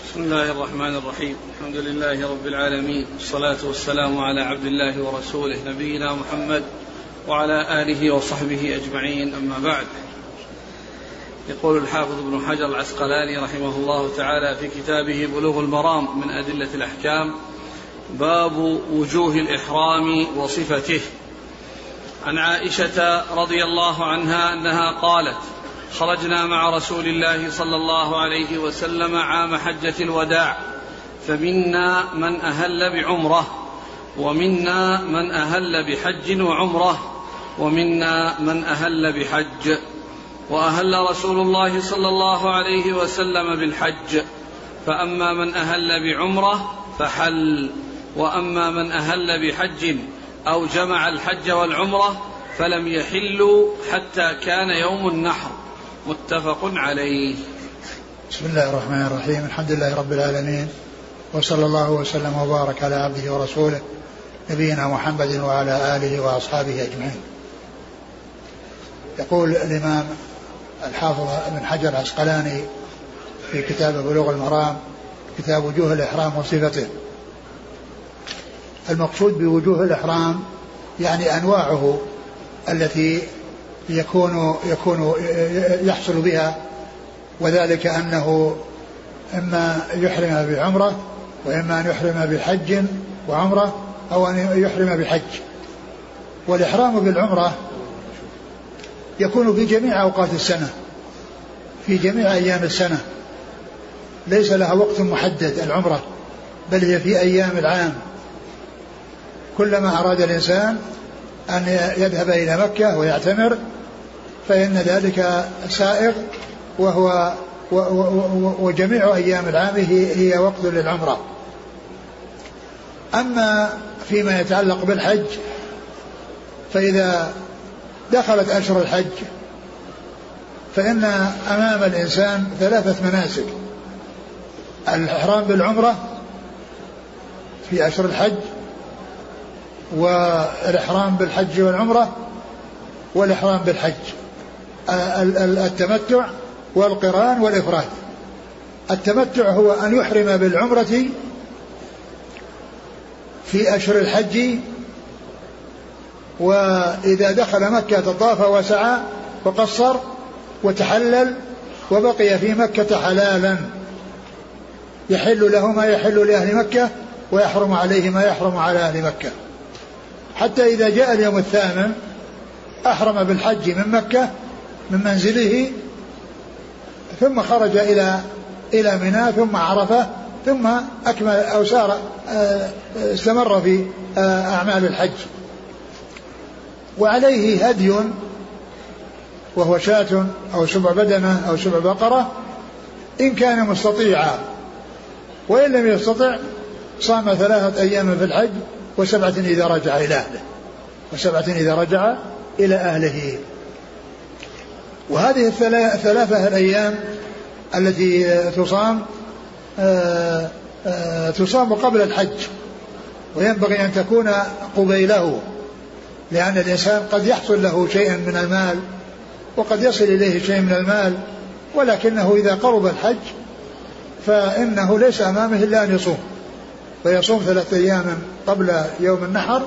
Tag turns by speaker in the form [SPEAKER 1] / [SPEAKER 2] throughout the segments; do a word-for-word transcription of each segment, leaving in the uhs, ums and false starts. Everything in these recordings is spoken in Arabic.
[SPEAKER 1] بسم الله الرحمن الرحيم. الحمد لله رب العالمين، والصلاة والسلام على عبد الله ورسوله نبينا محمد وعلى آله وصحبه أجمعين، أما بعد. يقول الحافظ ابن حجر العسقلاني رحمه الله تعالى في كتابه بلوغ المرام من أدلة الأحكام: باب وجوه الإحرام وصفته. عن عائشة رضي الله عنها أنها قالت: خرجنا مع رسول الله صلى الله عليه وسلم عام حجة الوداع، فمنا من أهل بعمرة، ومنا من أهل بحج وعمرة، ومنا من أهل بحج. وأهل رسول الله صلى الله عليه وسلم بالحج، فأما من أهل بعمرة فحل، وأما من أهل بحج أو جمع الحج والعمرة فلم يحلوا حتى كان يوم النحر. متفق عليه.
[SPEAKER 2] بسم الله الرحمن الرحيم. الحمد لله رب العالمين، وصلى الله وسلم وبارك على عبده ورسوله نبينا محمد وعلى آله وأصحابه أجمعين. يقول الإمام الحافظ ابن حجر العسقلاني في كتاب بلوغ المرام، كتاب وجوه الإحرام وصفته. المقصود بوجوه الإحرام يعني أنواعه التي يكون يكون يحصل بها، وذلك أنه إما يحرم بعمرة، وإما أن يحرم بحج وعمرة، أو أن يحرم بحج. والإحرام بالعمرة يكون في جميع أوقات السنة، في جميع أيام السنة، ليس لها وقت محدد العمرة، بل هي في أيام العام. كلما أراد الإنسان أن يذهب إلى مكة ويعتمر فإن ذلك سائغ، وهو وجميع أيام العام هي وقت للعمرة. أما فيما يتعلق بالحج، فإذا دخلت أشهر الحج فإن أمام الإنسان ثلاثة مناسك: الإحرام بالعمرة في أشهر الحج، والإحرام بالحج والعمرة، والإحرام بالحج، التمتع والقران والإفراد. التمتع هو أن يحرم بالعمرة في أشهر الحج، وإذا دخل مكة طاف وسعى وقصر وتحلل وبقي في مكة حلالا، يحل له ما يحل لأهل مكة، ويحرم عليه ما يحرم على أهل مكة، حتى إذا جاء اليوم الثامن أحرم بالحج من مكة من منزله، ثم خرج إلى إلى منى، ثم عرفة، ثم أكمل أو سار استمر في أعمال الحج. وعليه هدي، وهو شاة أو سبع بدنة أو سبع بقرة إن كان مستطيعا، وإن لم يستطع صام ثلاثة أيام في الحج وسبعة إذا رجع إلى أهله وسبعة إذا رجع إلى أهله. وهذه الثلاثة الأيام التي تصام آآ آآ تصام قبل الحج، وينبغي أن تكون قبيله، لأن الإنسان قد يحصل له شيء من المال، وقد يصل إليه شيء من المال، ولكنه إذا قرب الحج فإنه ليس أمامه إلا أن يصوم، فيصوم ثلاثة أيام قبل يوم النحر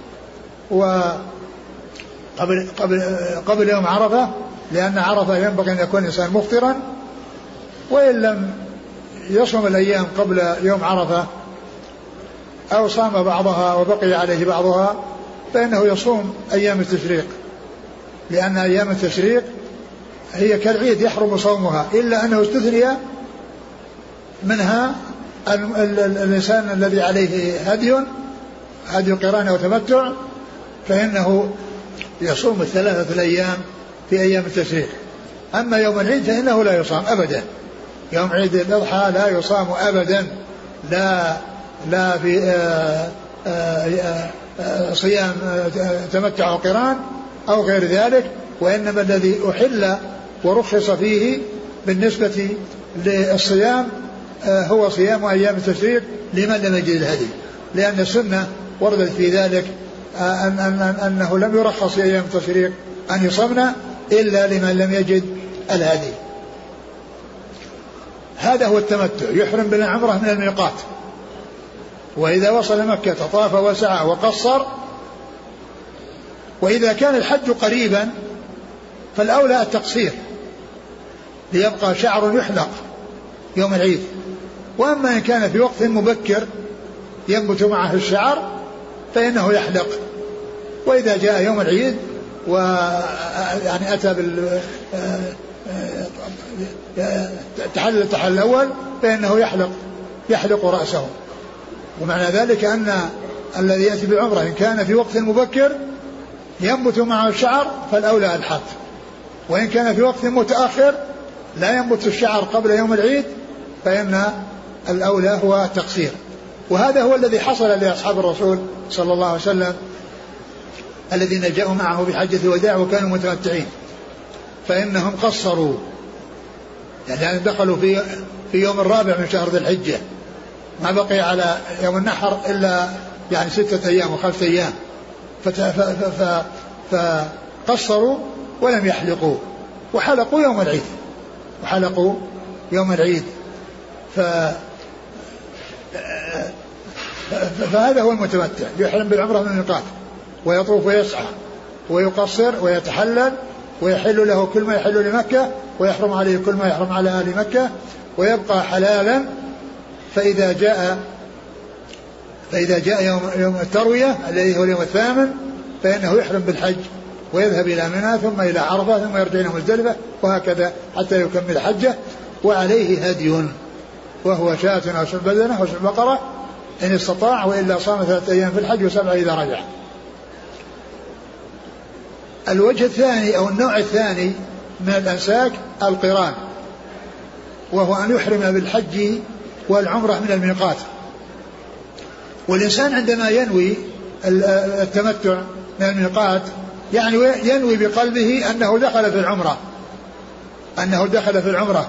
[SPEAKER 2] وقبل قبل قبل يوم عرفة، لأن عرفة ينبغي أن يكون الإنسان مفطرا، وإن لم يصوم الأيام قبل يوم عرفة أو صام بعضها وبقي عليه بعضها فإنه يصوم أيام التشريق، لأن أيام التشريق هي كالعيد يحرم صومها، إلا أنه استثني منها الإنسان الذي عليه هدي هدي قران أو تمتع، فإنه يصوم الثلاثة الأيام في أيام التشريق. أما يوم العيد فإنه لا يصام أبدا، يوم عيد الأضحى لا يصام أبدا، لا لا في آآ آآ آآ صيام تمتع وقران أو غير ذلك، وإنما الذي أحل ورخص فيه بالنسبة للصيام هو صيام أيام التشريق لمن لم يجد الهدي، لأن السنة وردت في ذلك أن أن أنه لم يرخص في أيام التشريق أن يصمنا إلا لمن لم يجد الهدي. هذا هو التمتع، يحرم بالعمرة من الميقات، وإذا وصل مكة طاف وسعى وقصر. وإذا كان الحج قريبا فالأولى التقصير ليبقى شعر يحلق يوم العيد. وأما إن كان في وقت مبكر ينبت معه الشعر فإنه يحلق. وإذا جاء يوم العيد ويعني أتى بال تحلل التحلل الأول فإنه يحلق يحلق رأسه. ومعنى ذلك أن الذي يأتي بالعمرة إن كان في وقت مبكر ينبت معه الشعر فالأولى الحق، وإن كان في وقت متأخر لا ينبت الشعر قبل يوم العيد فإن الأولى هو التقصير. وهذا هو الذي حصل لأصحاب الرسول صلى الله عليه وسلم الذين جاءوا معه بحجة الوداع وكانوا متمتعين، فإنهم قصروا، يعني دخلوا في في يوم الرابع من شهر ذي الحجة، ما بقي على يوم النحر إلا يعني ستة أيام وخمسة أيام، فقصروا ولم يحلقوا وحلقوا يوم العيد وحلقوا يوم العيد ف فهذا هو المتمتع، يحرم بالعمرة من الميقات ويطوف ويسعى ويقصر ويتحلل ويحل له كل ما يحل لمكة ويحرم عليه كل ما يحرم على أهل مكة ويبقى حلالا. فإذا جاء فإذا جاء يوم, يوم التروية الذي هو اليوم الثامن فإنه يحرم بالحج ويذهب إلى منى ثم إلى عرفة ثم يرجع إلى مزدلفة وهكذا حتى يكمل حجه. وعليه هدي وهو شاة أو شرب بدنة أو شرب بقرة إن استطاع، وإلا صام ثلاثة أيام في الحج وسبعة إذا رجع. الوجه الثاني أو النوع الثاني من الأنساك القران، وهو أن يحرم بالحج والعمرة من الميقات. والإنسان عندما ينوي التمتع من الميقات يعني ينوي بقلبه أنه دخل في العمرة أنه دخل في العمرة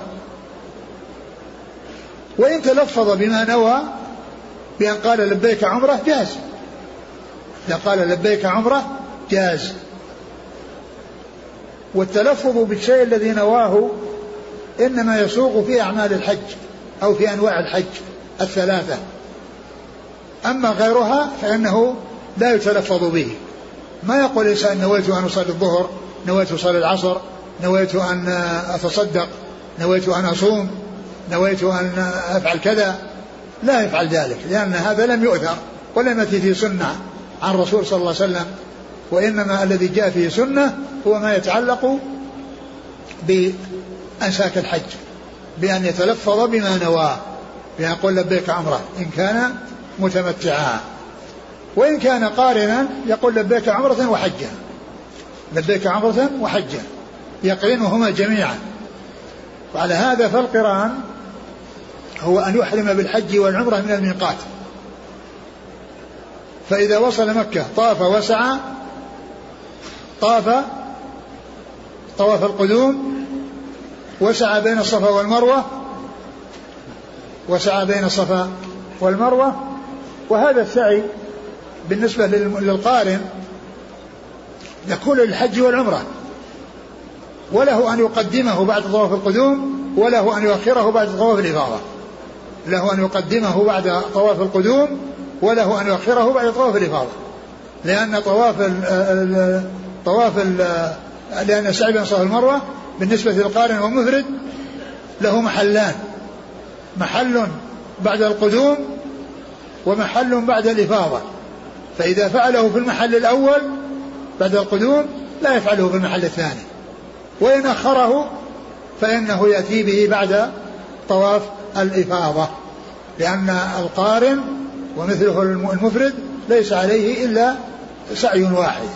[SPEAKER 2] وإن تلفظ بما نوى بأن قال لبيك عمرة جاز، إذا قال لبيك عمرة جاز. والتلفظ بالشيء الذي نواه إنما يسوق في أعمال الحج أو في أنواع الحج الثلاثة، أما غيرها فإنه لا يتلفظ به. ما يقول إنسان نويت أن أصلي الظهر، نويت أصلي العصر، نويت أن أتصدق، نويت أن أصوم، نويت أن أفعل كذا، لا يفعل ذلك، لأن هذا لم يؤثر ولم يأتي فيه سنة عن الرسول صلى الله عليه وسلم. وإنما الذي جاء فيه سنة هو ما يتعلق بأنساك الحج، بأن يتلفظ بما نواه، بأن يقول لبيك عمرة إن كان متمتعا، وإن كان قارنا يقول لبيك عمرة وحجة، لبيك عمرة وحجة يقرنهما جميعا. وعلى هذا فالقران هو أن يحرم بالحج والعمرة من الميقات، فإذا وصل مكة طاف وسعى، طاف طواف القدوم وسعى بين الصفا والمروة وسعى بين الصفا والمروة. وهذا السعي بالنسبة للقارن يكون للحج والعمرة، وله أن يقدمه بعد طواف القدوم وله أن يؤخره بعد طواف الإفاضة، له أن يقدمه بعد طواف القدوم وله أن يؤخره بعد طواف الإفاضة، لأن طواف ال طواف ال لأن السعي بين الصفا والمروة بالنسبة للقارن والمفرد له محلان، محل بعد القدوم ومحل بعد الإفاضة، فإذا فعله في المحل الأول بعد القدوم لا يفعله في المحل الثاني، وإن أخره فإنه يأتي به بعد طواف الإفاضة، لأن القارن ومثله المفرد ليس عليه إلا سعي واحد.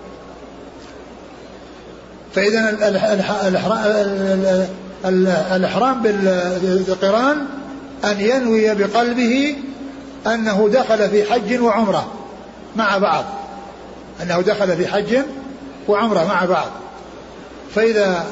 [SPEAKER 2] فإذا الإحرام بالقران أن ينوي بقلبه أنه دخل في حج وعمرة مع بعض، أنه دخل في حج وعمرة مع بعض. فإذا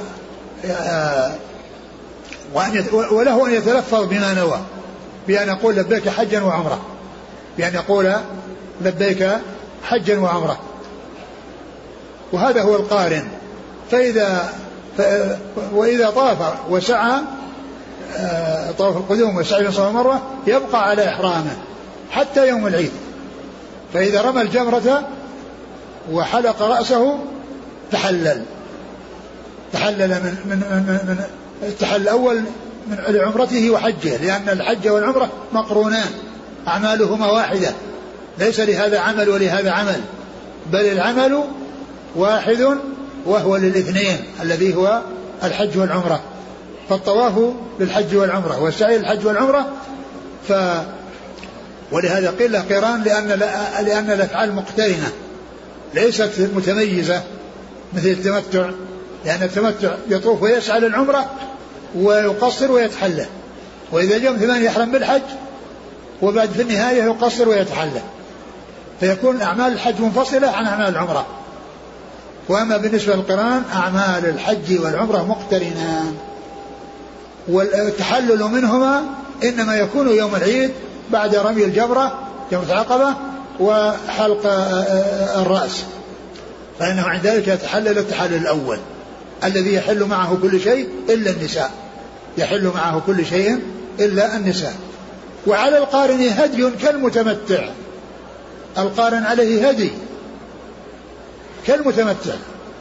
[SPEAKER 2] وله أن يتلفظ بما نوى بأن يقول لبيك حجا وعمرة، بأن يقول لبيك حجا وعمرة، وهذا هو القارن. فإذا وإذا طاف وسعى طواف القدوم والسعي بين الصفا والمروة يبقى على إحرامه حتى يوم العيد. فإذا رمى الجمرة وحلق رأسه تحلل تحلل من من من, من التحلل الأول من لعمرته وحجه، لأن الحج والعمرة مقرونان أعمالهما واحدة، ليس لهذا عمل ولهذا عمل، بل العمل واحد وهو للاثنين الذي هو الحج والعمرة. فالطواف للحج والعمرة والسعي للحج والعمرة. ف ولهذا قيل له قران لأن لأن الأفعال مقترنة ليست متميزة مثل التمتع، لأن التمتع يطوف ويسعى للعمرة ويقصر ويتحلل، وإذا جاء ثمان يحرم بالحج وبعد في النهاية يقصر ويتحلل، فيكون أعمال الحج منفصلة عن أعمال العمرة. وأما بالنسبة للقران أعمال الحج والعمرة مقترنان، والتحلل منهما إنما يكون يوم العيد بعد رمي الجمرة يوم العقبة وحلق الرأس، فإنه عند ذلك يتحلل التحلل الأول الذي يحل معه كل شيء إلا النساء، يحل معه كل شيء إلا النساء. وعلى القارن هدي كالمتمتع، القارن عليه هدي كالمتمتع.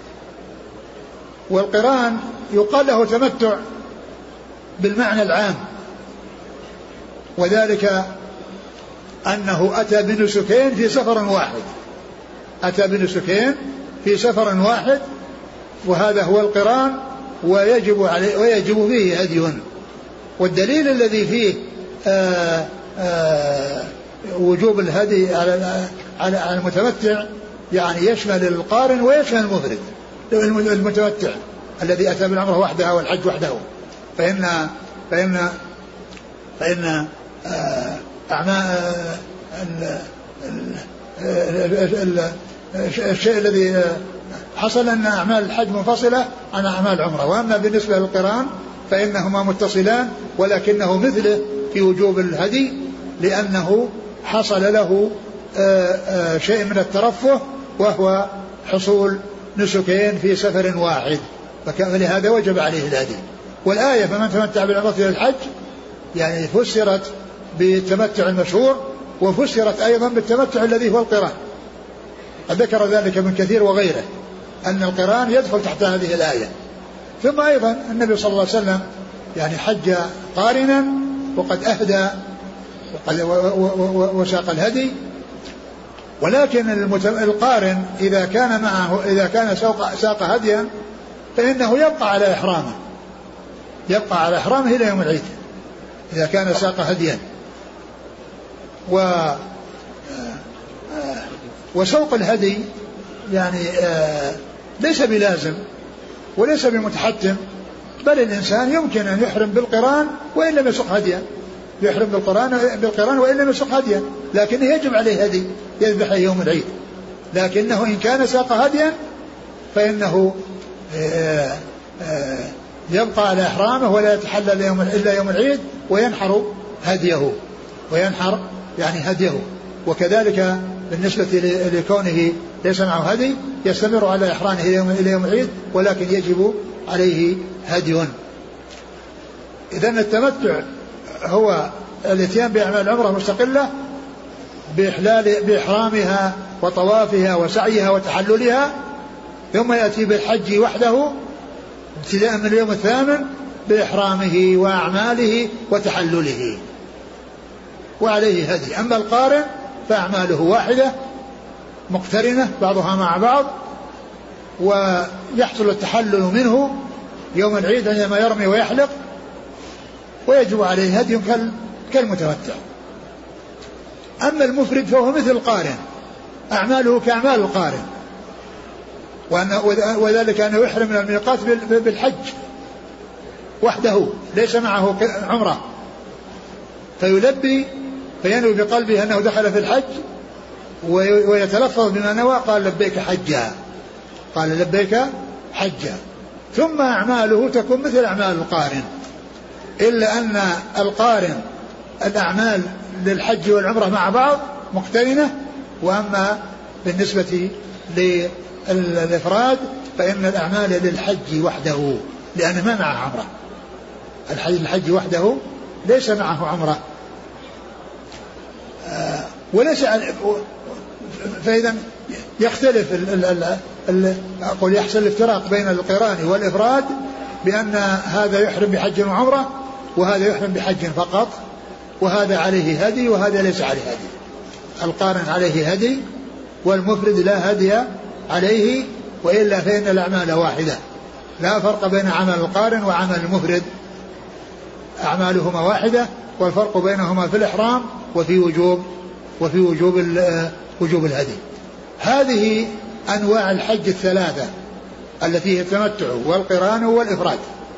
[SPEAKER 2] والقران يقال له تمتع بالمعنى العام، وذلك أنه أتى بنسكين في سفر واحد، أتى بنسكين في سفر واحد، وهذا هو القران، ويجب عليه ويجب فيه هدي. والدليل الذي فيه آآ آآ وجوب الهدي على على المتمتع يعني يشمل القارن ويشمل المفرد. المتمتع الذي أتى بالعمرة وحدها والحج وحده، فإن فإن فإن أعمال الشيء الذي حصل أن أعمال الحج منفصلة عن أعمال العمرة. وأما بالنسبة للقران فإنهما متصلان، ولكنه مثله في وجوب الهدي، لأنه حصل له شيء من الترفه وهو حصول نسكين في سفر واحد، فلهذا وجب عليه الهدي. والآية فمن تمتع بالعمرة إلى الحج يعني فسرت بالتمتع المشهور، وفسرت أيضا بالتمتع الذي هو القران، قد ذكر ذلك ابن كثير وغيره أن القران يدخل تحت هذه الآية. ثم أيضا النبي صلى الله عليه وسلم يعني حج قارنا وقد أهدى وساق الهدي، ولكن القارن إذا كان معه إذا كان ساق هديا فإنه يبقى على إحرامه، يبقى على إحرامه إلى يوم العيد إذا كان ساق هديا. و وسوق الهدي يعني ليس بلازم وليس بمتحتم، بل الإنسان يمكن أن يحرم بالقران وإن لم يسق هديا، يحرم بالقران بالقران وإن لم يسق هديا، لكنه يجب عليه هدي يذبح يوم العيد. لكنه إن كان ساق هديا فإنه يبقى على إحرامه ولا يتحلل يوم إلا يوم العيد، وينحر هديه وينحر يعني هديه. وكذلك بالنسبة لكونه ليس معه هدي يستمر على إحرامه إلى يوم العيد، ولكن يجب عليه هدي. إذن التمتع هو الاتيان بأعمال العمرة مستقلة بإحلال بإحرامها وطوافها وسعيها وتحللها، ثم يأتي بالحج وحده ابتداء من اليوم الثامن بإحرامه وأعماله وتحلله وعليه هدي. أما القارن فأعماله واحدة مقترنة بعضها مع بعض، ويحصل التحلل منه يوم العيد عندما يرمي ويحلق، ويجب عليه هدي كالمتمتع. أما المفرد فهو مثل القارن، أعماله كأعمال القارن، وذلك أنه يحرم من الميقات بالحج وحده ليس معه عمرة، فيلبي فينوي بقلبه أنه دخل في الحج ويتلفظ بما نوى، قال لبيك حجا، قال لبيك حجا. ثم أعماله تكون مثل أعمال القارن، إلا أن القارن الأعمال للحج والعمرة مع بعض مقترنة، وأما بالنسبة للإفراد فإن الأعمال للحج وحده، لأنه ما معه عمرة. الحج الحج وحده ليس معه عمرة. وليس فإذا يختلف ال ال ال أقول يحصل الافتراق بين القران والإفراد بأن هذا يحرم بحج وعمرة وهذا يحرم بحج فقط، وهذا عليه هدي وهذا ليس عليه هدي. القارن عليه هدي والمفرد لا هدي عليه، وإلا فإن الأعمال واحدة، لا فرق بين عمل القارن وعمل المفرد، أعمالهما واحدة، والفرق بينهما في الإحرام وفي وجوب وفي وجوب وجوب الهدي. هذه أنواع الحج الثلاثة التي هي التمتع والقران والإفراد.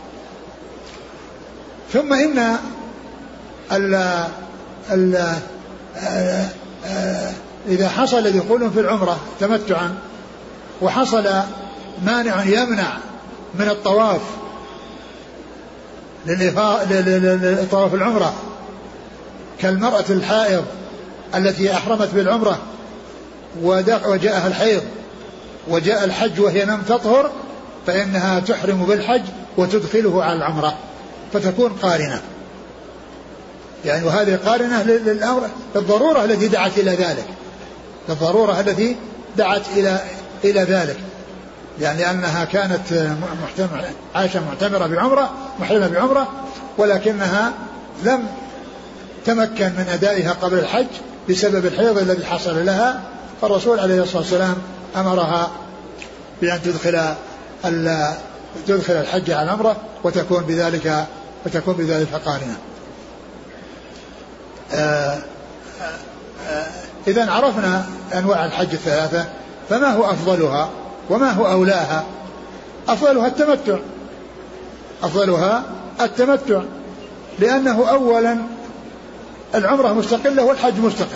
[SPEAKER 2] ثم إن ال ال إذا حصل دخول في العمرة تمتعا وحصل مانع يمنع من الطواف للطواف العمرة كالمرأة الحائض التي أحرمت بالعمرة وجاءها الحيض وجاء الحج وهي لم تطهر، فإنها تحرم بالحج وتدخله على العمرة فتكون قارنة، يعني وهذه قارنة للأمر للضرورة التي دعت إلى ذلك، للضرورة التي دعت إلى إلى ذلك، يعني أنها كانت عائشة معتمرة بعمرة محرمة بعمرة، ولكنها لم تمكن من أدائها قبل الحج بسبب الحيض الذي حصل لها، فالرسول عليه الصلاة والسلام أمرها بأن تدخل تدخل الحج على العمرة وتكون بذلك وتكون بذلك قارنة. إذن عرفنا أنواع الحج الثلاثة، فما هو أفضلها وما هو أولاها؟ أفضلها التمتع، أفضلها التمتع لأنه أولا العمرة مستقلة والحج مستقل،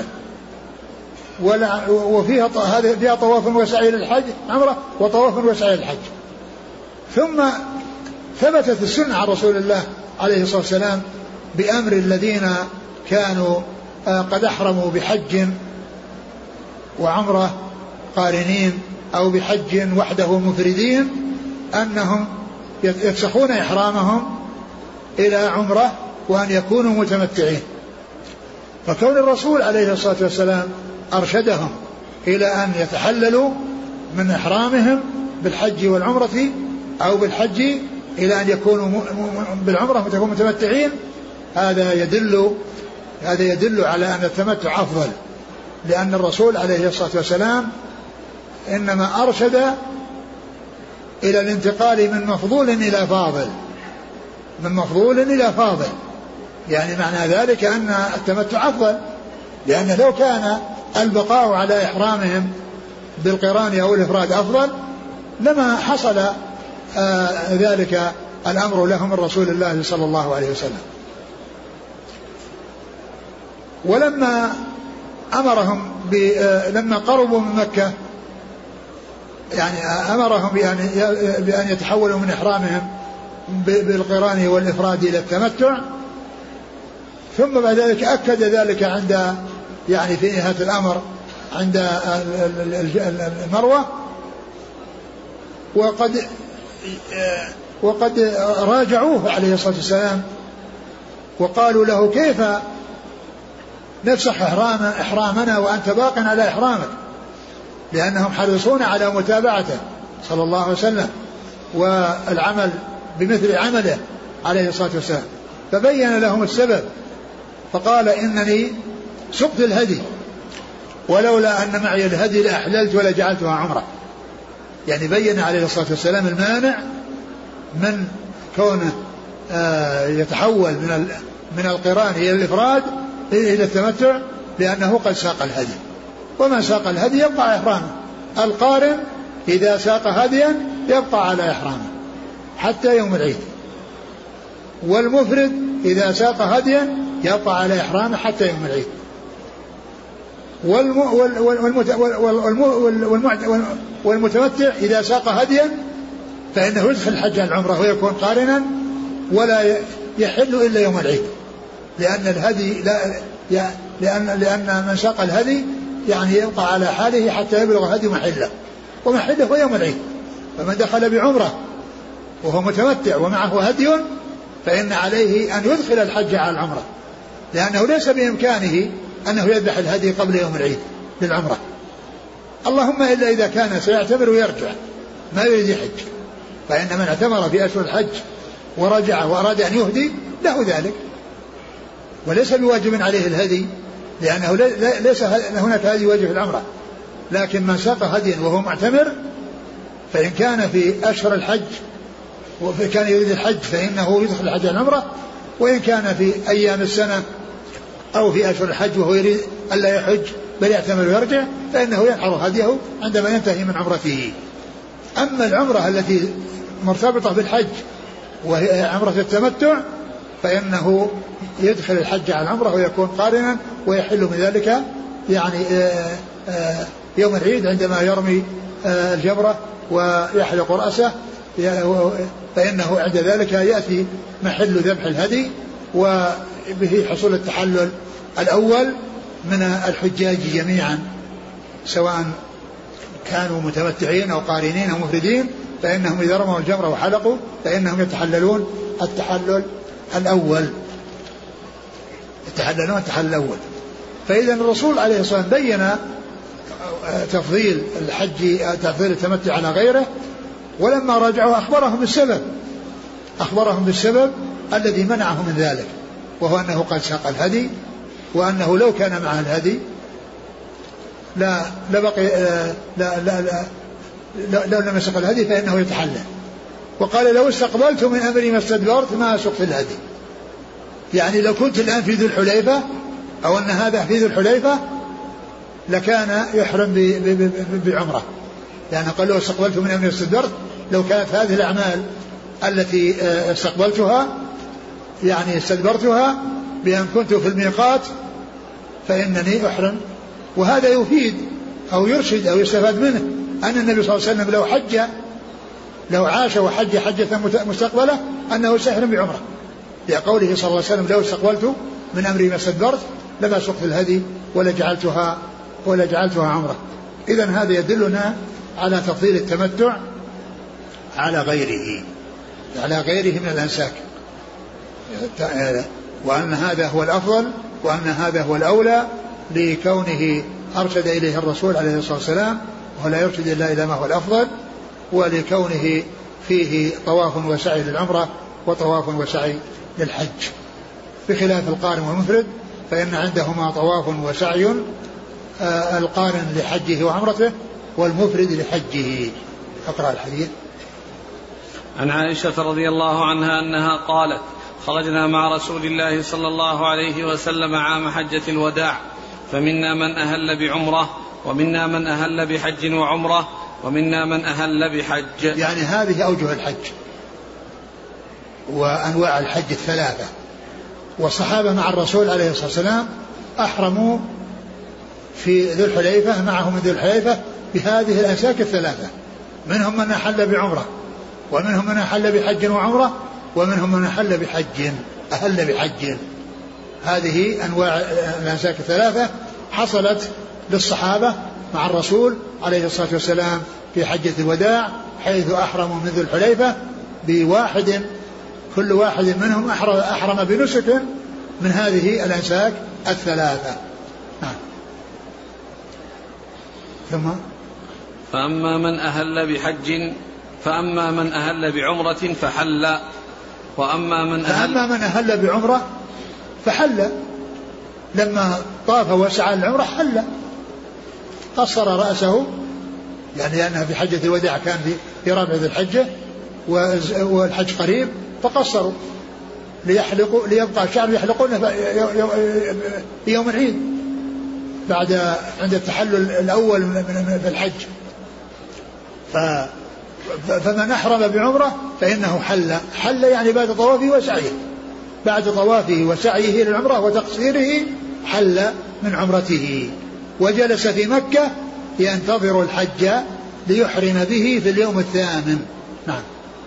[SPEAKER 2] وفيها فيها طواف وسعي للحج عمرة وطواف وسعي للحج. ثم ثبتت السنة عن رسول الله عليه الصلاة والسلام بأمر الذين كانوا قد أحرموا بحج وعمرة قارنين أو بحج وحده مفردين أنهم يفسخون إحرامهم إلى عمرة وأن يكونوا متمتعين. فكون الرسول عليه الصلاة والسلام أرشدهم إلى أن يتحللوا من إحرامهم بالحج والعمرة أو بالحج إلى أن يكونوا بالعمرة وتكونوا متمتعين، هذا يدل هذا يدل على أن التمتع أفضل، لأن الرسول عليه الصلاة والسلام إنما أرشد إلى الانتقال من مفضول إلى فاضل، من مفضول إلى فاضل، يعني معنى ذلك أن التمتع أفضل، لأن لو كان البقاء على إحرامهم بالقران أو الإفراد أفضل لما حصل آه ذلك الأمر لهم من رسول الله صلى الله عليه وسلم. ولما أمرهم لما قربوا من مكة يعني أمرهم بأن بأن يتحولوا من إحرامهم بالقران والإفراد إلى التمتع، ثم بعد ذلك أكد ذلك عند يعني في نهاية الأمر عند المروة، وقد وقد راجعوه عليه الصلاة والسلام وقالوا له كيف نفسح إحرام إحرامنا وأنت باق على إحرامك، لأنهم حريصون على متابعته صلى الله عليه وسلم والعمل بمثل عمله عليه الصلاة والسلام. فبين لهم السبب فقال إنني سقت الهدي ولولا أن معي الهدي لأحللت ولا جعلتها عمرة، يعني بين عليه الصلاة والسلام المانع من كونه يتحول من من القران إلى الإفراد إلى التمتع، لأنه قد ساق الهدي، ومن ساق الهدي يبقى على إحرامه. القارن إذا ساق هديا يبقى على إحرامه حتى يوم العيد، والمفرد إذا ساق هديا يبقى على إحرامه حتى يوم العيد، والمتمتع إذا ساق هديا فإنه يدخل الحج العمرة ويكون قارنا ولا يحل إلا يوم العيد، لأن الهدي لا لأن لأن من ساق الهدي يعني يبقى على حاله حتى يبلغ هدي محله، ومحله هو يوم العيد. فمن دخل بعمرة وهو متمتع ومعه هدي فإن عليه أن يدخل الحج على العمرة، لأنه ليس بإمكانه أنه يذبح الهدي قبل يوم العيد للعمرة، اللهم إلا إذا كان سيعتمر ويرجع ما يريد يحج، فإن من اعتمر في أشهر الحج ورجع وأراد أن يهدي له ذلك، وليس بواجب عليه الهدي، لأنه ليس هناك هدي واجب في العمرة. لكن من ساق هديا وهو معتمر فإن كان في أشهر الحج وكان يريد الحج فإنه يدخل الحج على العمرة، وإن كان في أيام السنة أو في أشهر الحج وهو يريد ألا يحج بل يعتمر ويرجع فإنه ينحر هديه عندما ينتهي من عمرته. أما العمرة التي مرتبطة بالحج وهي عمرة التمتع فإنه يدخل الحج على العمرة ويكون قارنا، ويحل من ذلك يعني يوم العيد عندما يرمي الجمرة ويحلق رأسه، فإنه عند ذلك يأتي محل ذبح الهدي وبه حصول التحلل الأول من الحجاج جميعا سواء كانوا متمتعين أو قارنين أو مفردين، فإنهم إذا رموا الجمرة وحلقوا فإنهم يتحللون التحلل الأول يتحللون التحلل الأول. فإذا الرسول عليه الصلاة والسلام بين تفضيل الحج تفضيل التمتع على غيره، ولما رجعوا أخبرهم بالسبب أخبرهم بالسبب الذي منعه من ذلك، وهو أنه قد ساق الهدي، وأنه لو كان معه الهدي لا لبقي لا لا لا لو لم يسق الهدي فإنه يتحلل. وقال لو استقبلت من أمري ما استدبرت ما سقت الهدي، يعني لو كنت الآن في ذو الحليفة أو أن هذا في ذو الحليفة لكان يحرم بعمرة، لأنه قال لو استقبلت من أمري استدبرت، لو كانت هذه الأعمال التي استقبلتها يعني استدبرتها بأن كنت في الميقات فإنني أحرم. وهذا يفيد أو يرشد أو يستفاد منه أن النبي صلى الله عليه وسلم لو حج لو عاش وحج حجة مستقبلة أنه سيحرم بعمرة، لقوله صلى الله عليه وسلم لو استقبلت من أمري ما استدبرت لما سقت الهدي ولا جعلتها ولا جعلتها عمرة. إذن هذا يدلنا على تفضيل التمتع على غيره على غيره من الأنساك، وأن هذا هو الأفضل وأن هذا هو الأولى لكونه أرشد إليه الرسول عليه الصلاة والسلام، ولا يرشد إلا إلى ما هو الأفضل، ولكونه فيه طواف وسعي للعمرة وطواف وسعي للحج، بخلاف القارن والمفرد فإن عندهما طواف وسعي، آه القارن لحجه وعمرته والمفرد لحجه. أقرأ الحديث.
[SPEAKER 1] عن عائشة رضي الله عنها أنها قالت خرجنا مع رسول الله صلى الله عليه وسلم عام حجة الوداع، فمنا من أهل بعمرة ومنا من أهل بحج وعمرة ومنا من أهل بحج.
[SPEAKER 2] يعني هذه أوجه الحج وأنواع الحج الثلاثة. والصحابة مع الرسول عليه الصلاة والسلام أحرموا في ذو الحليفة معهم من ذو الحليفة بهذه الأنساك الثلاثة، منهم من أحل بعمرة ومنهم من أحل بحج وعمرة ومنهم من أحل بحج أهل بحج. هذه أنواع الأنساك الثلاثة حصلت للصحابة مع الرسول عليه الصلاة والسلام في حجة الوداع، حيث أحرموا من ذو الحليفة بواحد، كل واحد منهم أحرم بنسك من هذه الأنساك الثلاثة. نعم. ثم
[SPEAKER 1] فأما من أهل بحج فأما من أهل بعمرة فحل وأما من أهل
[SPEAKER 2] فأما من أهل بعمرة فحل، لما طاف وسعى العمرة حل، قصر رأسه، يعني لأنها في حجة الوداع كان في رابع ذي الحجة والحج قريب فقصروا ليحلقوا ليبقى الشعب يحلقونه في يوم العيد بعد عند التحلل الأول في الحج. فمن أحرم بعمرة فإنه حل حل يعني بعد طوافه وسعيه بعد طوافه وسعيه للعمرة وتقصيره حل من عمرته، وجلس في مكة ينتظر الحج ليحرم به في اليوم الثامن. نعم.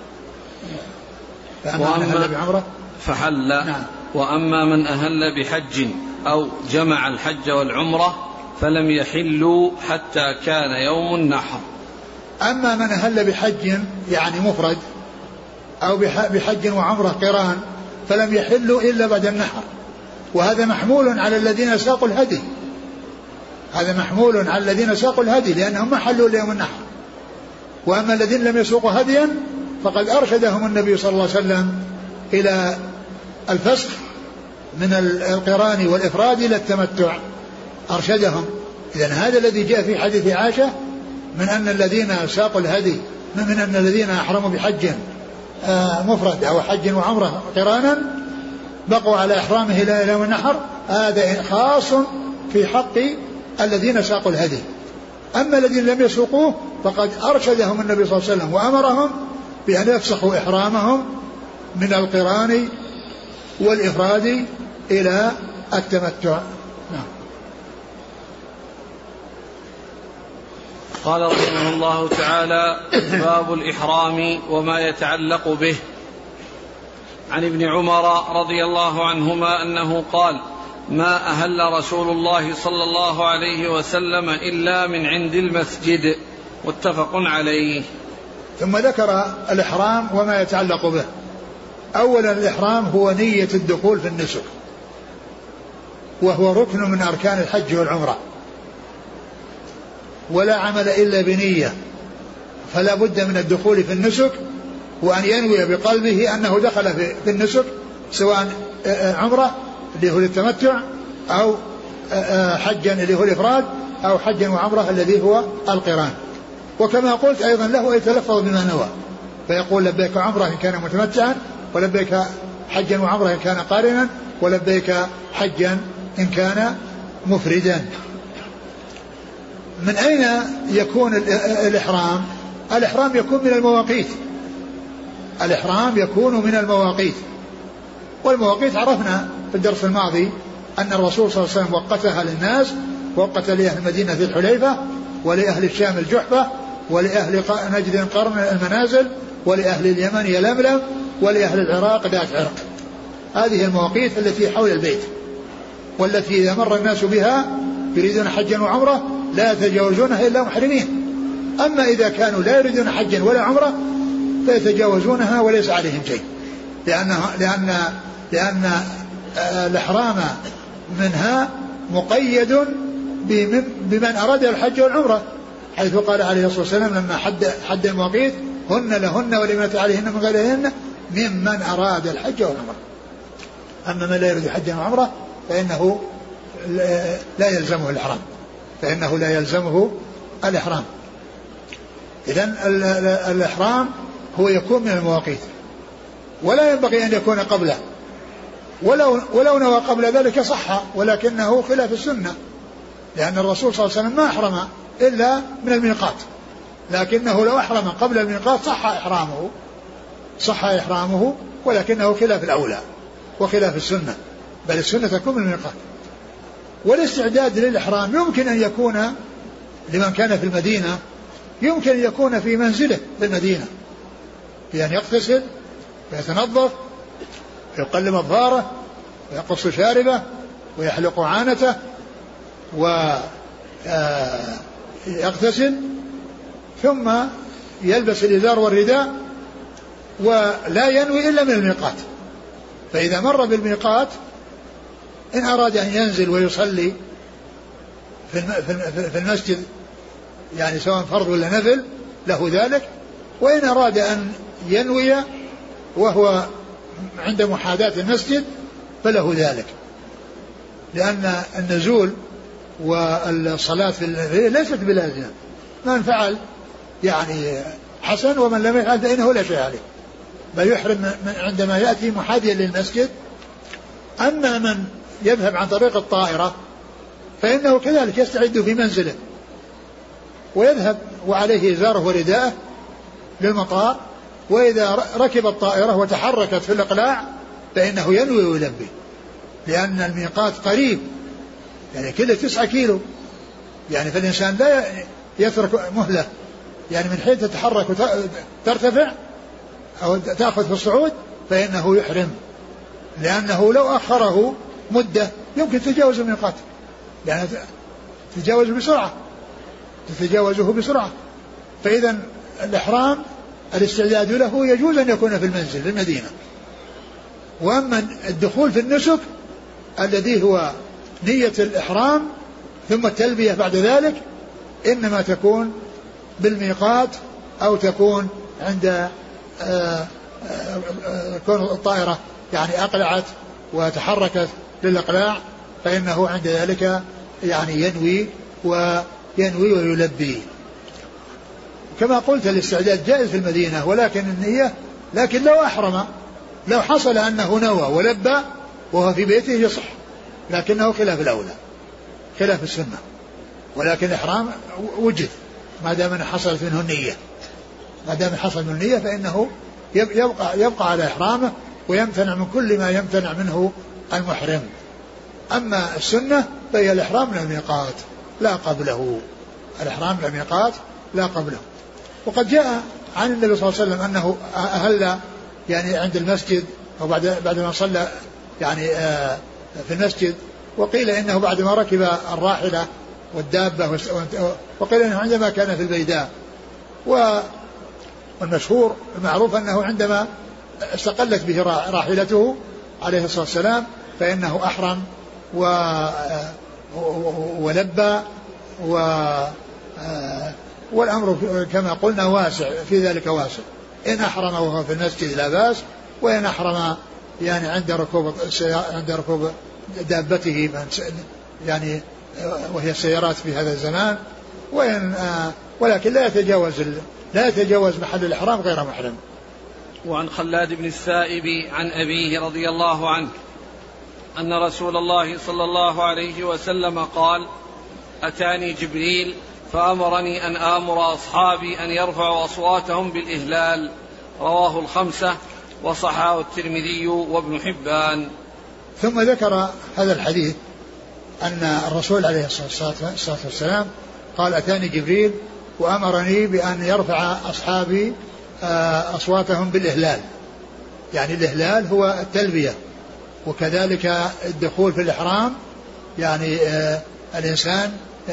[SPEAKER 1] فأما من أهل بعمرة فحل. نعم. وأما من أهل بحج أو جمع الحج والعمرة فلم يحلوا حتى كان يوم النحر.
[SPEAKER 2] أما من أهل بحج يعني مفرد أو بحج وعمرة قران فلم يحلوا إلا بعد النحر، وهذا محمول على الذين ساقوا الهدي، هذا محمول على الذين ساقوا الهدي لأنهم ما حلوا ليوم النحر. وأما الذين لم يسوقوا هديا فقد أرشدهم النبي صلى الله عليه وسلم إلى الفسخ من القران والإفراد إلى التمتع، أرشدهم. إذن هذا الذي جاء في حديث عائشة من أن الذين ساقوا الهدي من أن الذين أحرموا بحج مفرد أو حج وعمرة قرانا بقوا على إحرامه إلى يوم النحر، هذا خاص في حق الذين ساقوا الهدي. أما الذين لم يسوقوه فقد أرشدهم النبي صلى الله عليه وسلم وأمرهم بأن يفسخوا إحرامهم من القران والإفراد إلى التمتع. نعم.
[SPEAKER 1] قال رحمه الله تعالى: باب الإحرام وما يتعلق به. عن ابن عمر رضي الله عنهما أنه قال: ما أهل رسول الله صلى الله عليه وسلم إلا من عند المسجد. متفق عليه.
[SPEAKER 2] ثم ذكر الإحرام وما يتعلق به. أولا الإحرام هو نية الدخول في النسك، وهو ركن من أركان الحج والعمرة، ولا عمل إلا بنية، فلا بد من الدخول في النسك وأن ينوي بقلبه أنه دخل في النسك، سواء عمرة اللي هو التمتع أو حجا اللي هو الإفراد أو حجا وعمرة الذي هو القران. وكما قلت أيضا له يتلفظ بما نوى، فيقول لبيك عمرة إن كان متمتعا، ولبيك حجا وعمرة إن كان قارنا، ولبيك حجا إن كان مفردا. من أين يكون الإحرام؟ الإحرام يكون من المواقيت، الإحرام يكون من المواقيت، والمواقيت عرفنا في الدرس الماضي أن الرسول صلى الله عليه وسلم وقتها للناس، وقت لأهل المدينة في الحليفة، ولأهل الشام الجحفة، ولأهل نجد قرن المنازل، ولأهل اليمن يلملم، ولأهل العراق ذات عرق. هذه المواقيت التي حول البيت، والتي إذا مر الناس بها يريدون حجا وعمرة لا يتجاوزونها إلا محرمين. أما إذا كانوا لا يريدون حجا ولا عمرة فيتجاوزونها وليس عليهم شيء، لأن لأن لأن الإحرام منها مقيد بمن أراد الحج والعمرة، حيث قال عليه الصلاة والسلام لما حد حد المواقيت: هن لهن ولمن عليهن من غيرهن ممن أراد الحج والعمرة. أما من لا يريد حجا وعمرة فإنه لا يلزمه الإحرام، فإنه لا يلزمه الإحرام. إذن الإحرام هو يكون من المواقيت، ولا ينبغي أن يكون قبله، ولو, ولو نوى قبل ذلك صح، ولكنه خلاف السنة، لأن الرسول صلى الله عليه وسلم ما أحرم إلا من الميقات، لكنه لو أحرم قبل الميقات صح إحرامه صح إحرامه ولكنه خلاف الأولى وخلاف السنة، بل السنة تكون من الميقات. والاستعداد للإحرام يمكن أن يكون لمن كان في المدينة، يمكن أن يكون في منزله بالمدينة، بأن يغتسل ويتنظف ويقلم أظفاره ويقص شاربه ويحلق عانته ويغتسل، ثم يلبس الإزار والرداء ولا ينوي إلا من الميقات. فإذا مر بالميقات إن أراد أن ينزل ويصلي في المسجد يعني سواء فرض ولا نفل له ذلك، وإن أراد أن ينوي وهو عند محاذاة المسجد فله ذلك، لأن النزول والصلاة في الليل ليست بلازمة، من فعل يعني حسن ومن لم يفعل فإنه لا شيء عليه، بل يحرم عندما يأتي محاذيا للمسجد. أما من يذهب عن طريق الطائرة فإنه كذلك يستعد في منزله ويذهب وعليه إزاره ورداءه للمطار، وإذا ركب الطائرة وتحركت في الإقلاع فإنه ينوي ويلبي، لأن الميقات قريب يعني كله تسعة كيلو، يعني فالإنسان لا يترك مهلة، يعني من حين تتحرك وترتفع أو تأخذ في الصعود فإنه يحرم، لأنه لو أخره مدة يمكن تتجاوز الميقات، يعني تتجاوز بسرعة تتجاوزه بسرعة. فإذا الإحرام الاستعداد له يجوز أن يكون في المنزل في المدينة، وأما الدخول في النسك الذي هو نية الإحرام ثم التلبية بعد ذلك إنما تكون بالميقات أو تكون عند كون الطائرة يعني أقلعت وتحركت للإقلاع، فإنه عند ذلك يعني ينوي وينوي ويلبي. كما قلت الاستعداد جائز في المدينة ولكن النية، لكن لو أحرم لو حصل أنه نوى ولبى وهو في بيته يصح، لكنه خلاف الأولى خلاف السنة، ولكن الإحرام وجد ما دام حصلت منه النية، ما دام حصل منه النية فإنه يبقى, يبقى على إحرامه ويمتنع من كل ما يمتنع منه المحرم. أما السنة فهي الإحرام من الميقات لا قبله، الإحرام من الميقات لا قبله. وقد جاء عن النبي صلى الله عليه وسلم أنه أهل يعني عند المسجد أو بعد بعد ما صلى يعني في المسجد، وقيل إنه بعد ما ركب الراحلة والدابة، وقيل إنه عندما كان في البيداء، والمشهور المعروف أنه عندما استقلت به راحلته عليه الصلاة والسلام فإنه أحرم ولبى، والأمر كما قلنا واسع في ذلك واسع، إن أحرم وهو في المسجد لا بأس، وإن أحرم يعني عند ركوب عند ركوب دابته يعني وهي السيارات في هذا الزمان، وإن ولكن لا يتجاوز لا يتجاوز محل الإحرام غير محرم.
[SPEAKER 1] وعن خلاد بن السائب عن أبيه رضي الله عنه أن رسول الله صلى الله عليه وسلم قال: أتاني جبريل فأمرني أن آمر أصحابي أن يرفعوا أصواتهم بالإهلال. رواه الخمسة وصححه الترمذي وابن حبان.
[SPEAKER 2] ثم ذكر هذا الحديث أن الرسول عليه الصلاة والسلام قال: أتاني جبريل وأمرني بأن يرفع أصحابي أصواتهم بالإهلال، يعني الإهلال هو التلبية، وكذلك الدخول في الإحرام يعني الإنسان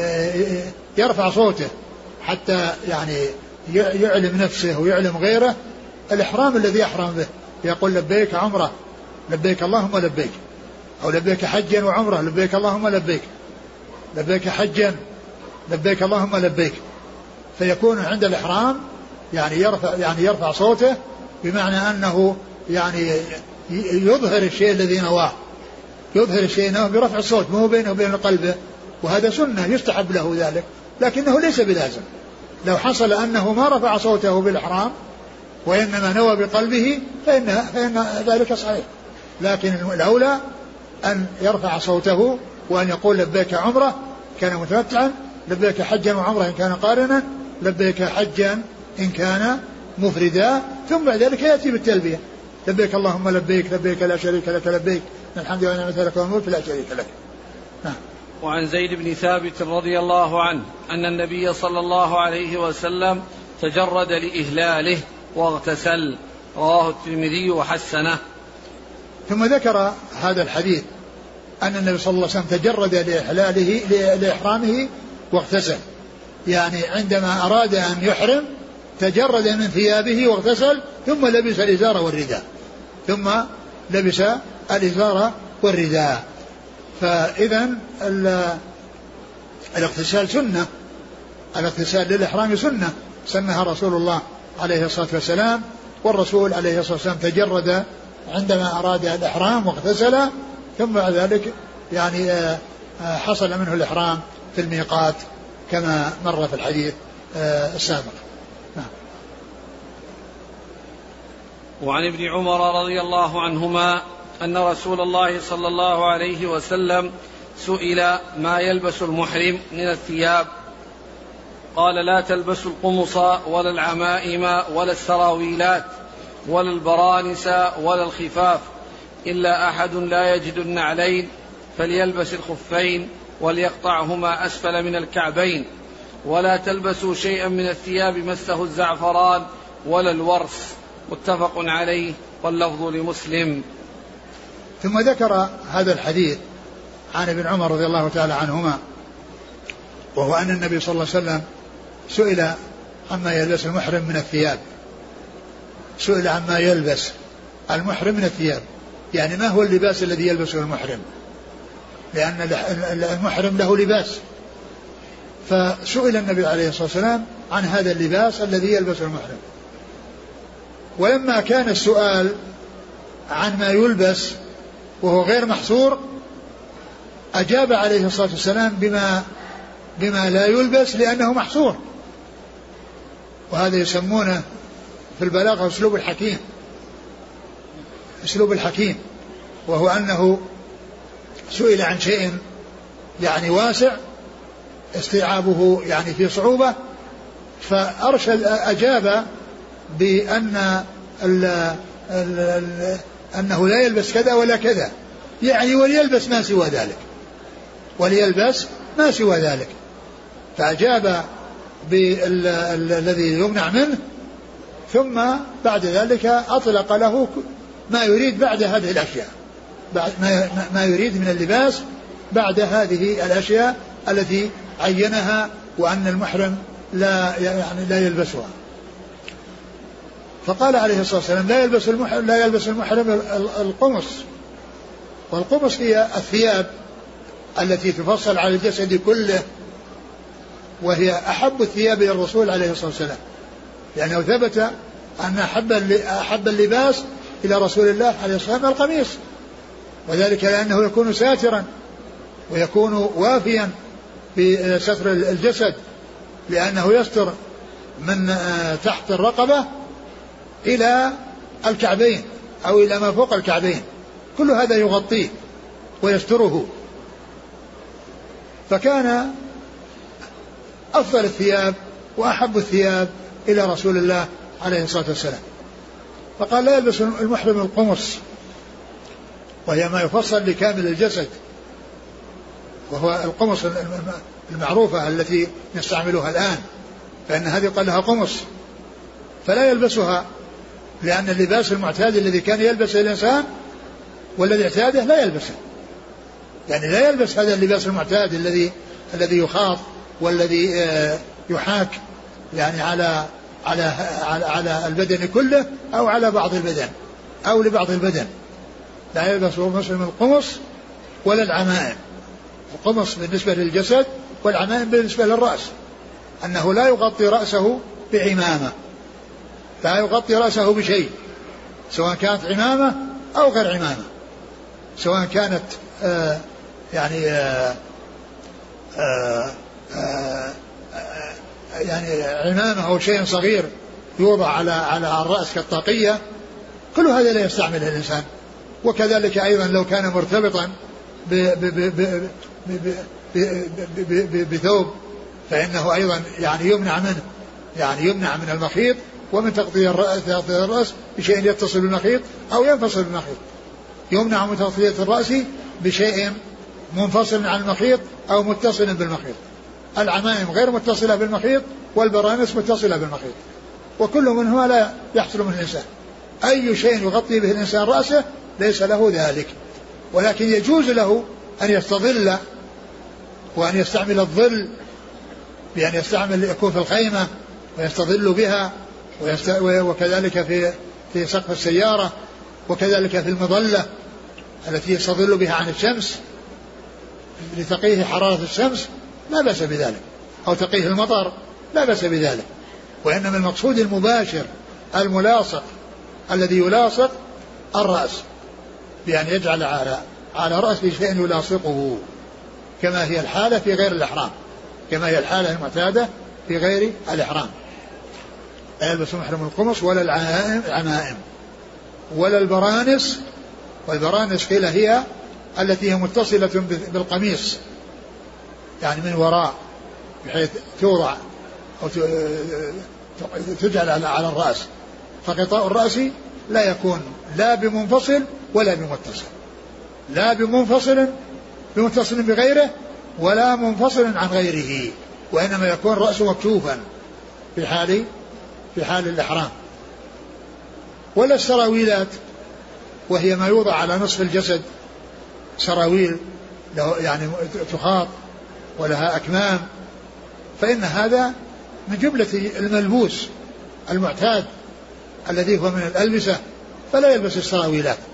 [SPEAKER 2] يرفع صوته حتى يعني يعلم نفسه ويعلم غيره الإحرام الذي يحرم به، يقول: لبيك عمره، لبيك اللهم لبيك، أو لبيك حجا وعمره، لبيك اللهم لبيك، لبيك حجا، لبيك اللهم لبيك. فيكون عند الإحرام يعني يرفع يعني يرفع صوته، بمعنى أنه يعني يظهر الشيء الذي نواه، يظهر الشيء نواه برفع الصوت، ما هو بينه وبين قلبه، وهذا سنة يستحب له ذلك، لكنه ليس بلازم. لو حصل أنه ما رفع صوته بالإحرام وإنما نوى بقلبه فإن, فإن ذلك صحيح، لكن الأولى أن يرفع صوته وأن يقول: لبيك عمره كان متمتعا، لبيك حجا وعمره إن كان قارنا، لبيك حجا إن كان مفردا، ثم بعد ذلك يأتي بالتلبية: لبيك اللهم لبيك، لبيك لا شريك لك لبيك، الحمد لله ونعمة لك والملك لا شريك لك. نعم.
[SPEAKER 1] وعن زيد بن ثابت رضي الله عنه أن النبي صلى الله عليه وسلم تجرد لإهلاله واغتسل. رواه الترمذي وحسنه.
[SPEAKER 2] ثم ذكر هذا الحديث أن النبي صلى الله عليه وسلم تجرد لإحلاله لإحرامه واغتسل، يعني عندما أراد أن يحرم تجرد من ثيابه واغتسل، ثم لبس الإزار والرداء ثم لبس الإزار والرداء. فإذا الاغتسال سنة، الاغتسال للإحرام سنة سنها رسول الله عليه الصلاة والسلام، والرسول عليه الصلاة والسلام تجرد عندما أراد الإحرام واغتسل، ثم بعد ذلك يعني حصل منه الإحرام في الميقات كما مر في الحديث السابق.
[SPEAKER 1] وعن ابن عمر رضي الله عنهما أن رسول الله صلى الله عليه وسلم سئل ما يلبس المحرم من الثياب، قال: لا تلبسوا القمص ولا العمائم ولا السراويلات ولا البرانس ولا الخفاف، إلا أحد لا يجد النعلين فليلبس الخفين وليقطعهما أسفل من الكعبين، ولا تلبسوا شيئا من الثياب مسه الزعفران ولا الورس. متفق عليه واللفظ لمسلم.
[SPEAKER 2] ثم ذكر هذا الحديث عن ابن عمر رضي الله تعالى عنهما، وهو أن النبي صلى الله عليه وسلم سئل عما يلبس المحرم من الثياب، سئل عما يلبس المحرم من الثياب، يعني ما هو اللباس الذي يلبسه المحرم، لأن المحرم له لباس. فسئل النبي عليه الصلاة والسلام عن هذا اللباس الذي يلبسه المحرم، ولما كان السؤال عن ما يلبس وهو غير محصور أجاب عليه الصلاة والسلام بما, بما لا يلبس لأنه محصور. وهذا يسمونه في البلاغة أسلوب الحكيم، أسلوب الحكيم، وهو أنه سئل عن شيء يعني واسع استيعابه يعني في صعوبة، فأرشد أجاب بأن ال ال ال أنه لا يلبس كذا ولا كذا، يعني وليلبس ما سوى ذلك، وليلبس ما سوى ذلك. فأجاب بالذي يمنع منه، ثم بعد ذلك أطلق له ما يريد بعد هذه الأشياء، ما يريد من اللباس بعد هذه الأشياء التي عينها وأن المحرم لا يعني لا يلبسها. فقال عليه الصلاة والسلام لا يلبس المحرم لا يلبس المحرم القمص، والقمص هي الثياب التي تفصل على الجسد كله، وهي أحب الثياب إلى الرسول عليه الصلاة والسلام، لأنه ثبت أن أحب أحب اللباس إلى رسول الله عليه الصلاة والسلام القميص، وذلك لأنه يكون ساترا ويكون وافيا بستر الجسد، لأنه يستر من تحت الرقبة إلى الكعبين أو إلى ما فوق الكعبين، كل هذا يغطيه ويستره. فكان أفضل الثياب وأحب الثياب إلى رسول الله عليه الصلاة والسلام. فقال لا يلبس المحرم القمص، وهي ما يفصل لكامل الجسد، وهو القمص المعروفة التي نستعملها الآن، فإن هذه قال لها قمص، فلا يلبسها، لأن اللباس المعتاد الذي كان يلبسه الإنسان والذي اعتاده لا يلبسه، يعني لا يلبس هذا اللباس المعتاد الذي الذي يخاط والذي يحاك يعني على على على, على البدن كله أو على بعض البدن أو لبعض البدن. لا يلبس المسلم القمص ولا العمائم، القمص بالنسبة للجسد والعمائم بالنسبة للرأس، أنه لا يغطي رأسه بعمامة، لا يغطي رأسه بشيء، سواء كانت عمامة أو غير عمامة، سواء كانت آه يعني آه آه آه يعني عمامة أو شيء صغير يوضع على على الرأس كالطاقية، كل هذا لا يستعمله الإنسان. وكذلك أيضا لو كان مرتبطا بثوب فإنه أيضا يعني يمنع منه، يعني يمنع من المخيط ومن تغطية الرأس بشيء يتصل بالمخيط أو ينفصل بالمخيط، يمنع من تغطية الرأس بشيء منفصل عن المخيط أو متصل بالمخيط. العمائم غير متصلة بالمخيط والبرانس متصلة بالمخيط، وكل منهما لا يحصل من الإنسان. أي شيء يغطي به الإنسان رأسه ليس له ذلك، ولكن يجوز له أن يستظل وأن يستعمل الظل، بأن يستعمل يكون في الخيمة ويستظل بها، وكذلك في في سقف السيارة، وكذلك في المظلة التي يستظل بها عن الشمس لتقيه حرارة الشمس، لا بأس بذلك، أو تقيه المطر، لا بأس بذلك. وإنما المقصود المباشر الملاصق الذي يلاصق الرأس، بأن يجعل على على رأسه شيء يلاصقه، كما هي الحالة في غير الإحرام، كما هي الحالة المعتادة في غير الإحرام. لا يلبس محرم القمص ولا العمائم ولا البرانس، والبرانس قيل هي التي هي متصلة بالقميص يعني من وراء، بحيث توضع أو تجعل على الرأس، فغطاء الرأس لا يكون لا بمنفصل ولا بمتصل، لا بمنفصل بمتصل بغيره ولا منفصل عن غيره، وإنما يكون رأسه مكشوفا في حال في حال الإحرام. ولا السراويلات، وهي ما يوضع على نصف الجسد، سراويل يعني تخاط ولها أكمام، فإن هذا من جملة الملبوس المعتاد الذي هو من الألبسة، فلا يلبس السراويلات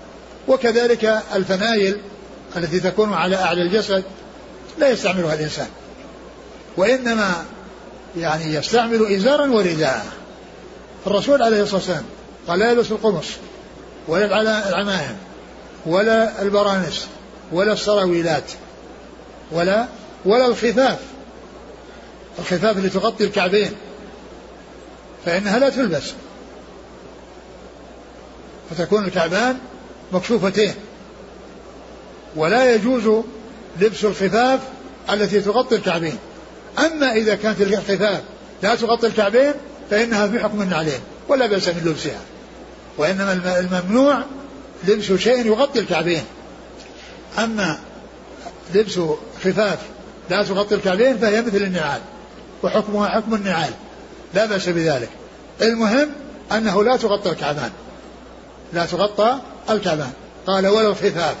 [SPEAKER 2] وكذلك الفنايل التي تكون على أعلى الجسد لا يستعملها الإنسان، وإنما يعني يستعمل إزارا ورداء. الرسول عليه الصلاة والسلام قال لا يلبس القمص ولا العمائم ولا البرانس ولا السراويلات ولا ولا الخفاف، الخفاف اللي تغطي الكعبين فإنها لا تلبس، فتكون الكعبان مكشوفتين، ولا يجوز لبس الخفاف التي تغطي الكعبين. أما إذا كانت الخفاف لا تغطي الكعبين فإنها في حكم النعلين ولا بأس من لبسها، وإنما الممنوع لبس شيء يغطي الكعبين. أما لبس خفاف لا تغطي الكعبين فهي مثل النعال وحكمها حكم النعال لا بأس بذلك. المهم أنه لا تغطى الكعبان، لا تغطى الكعبان. قال ولا الخفاف.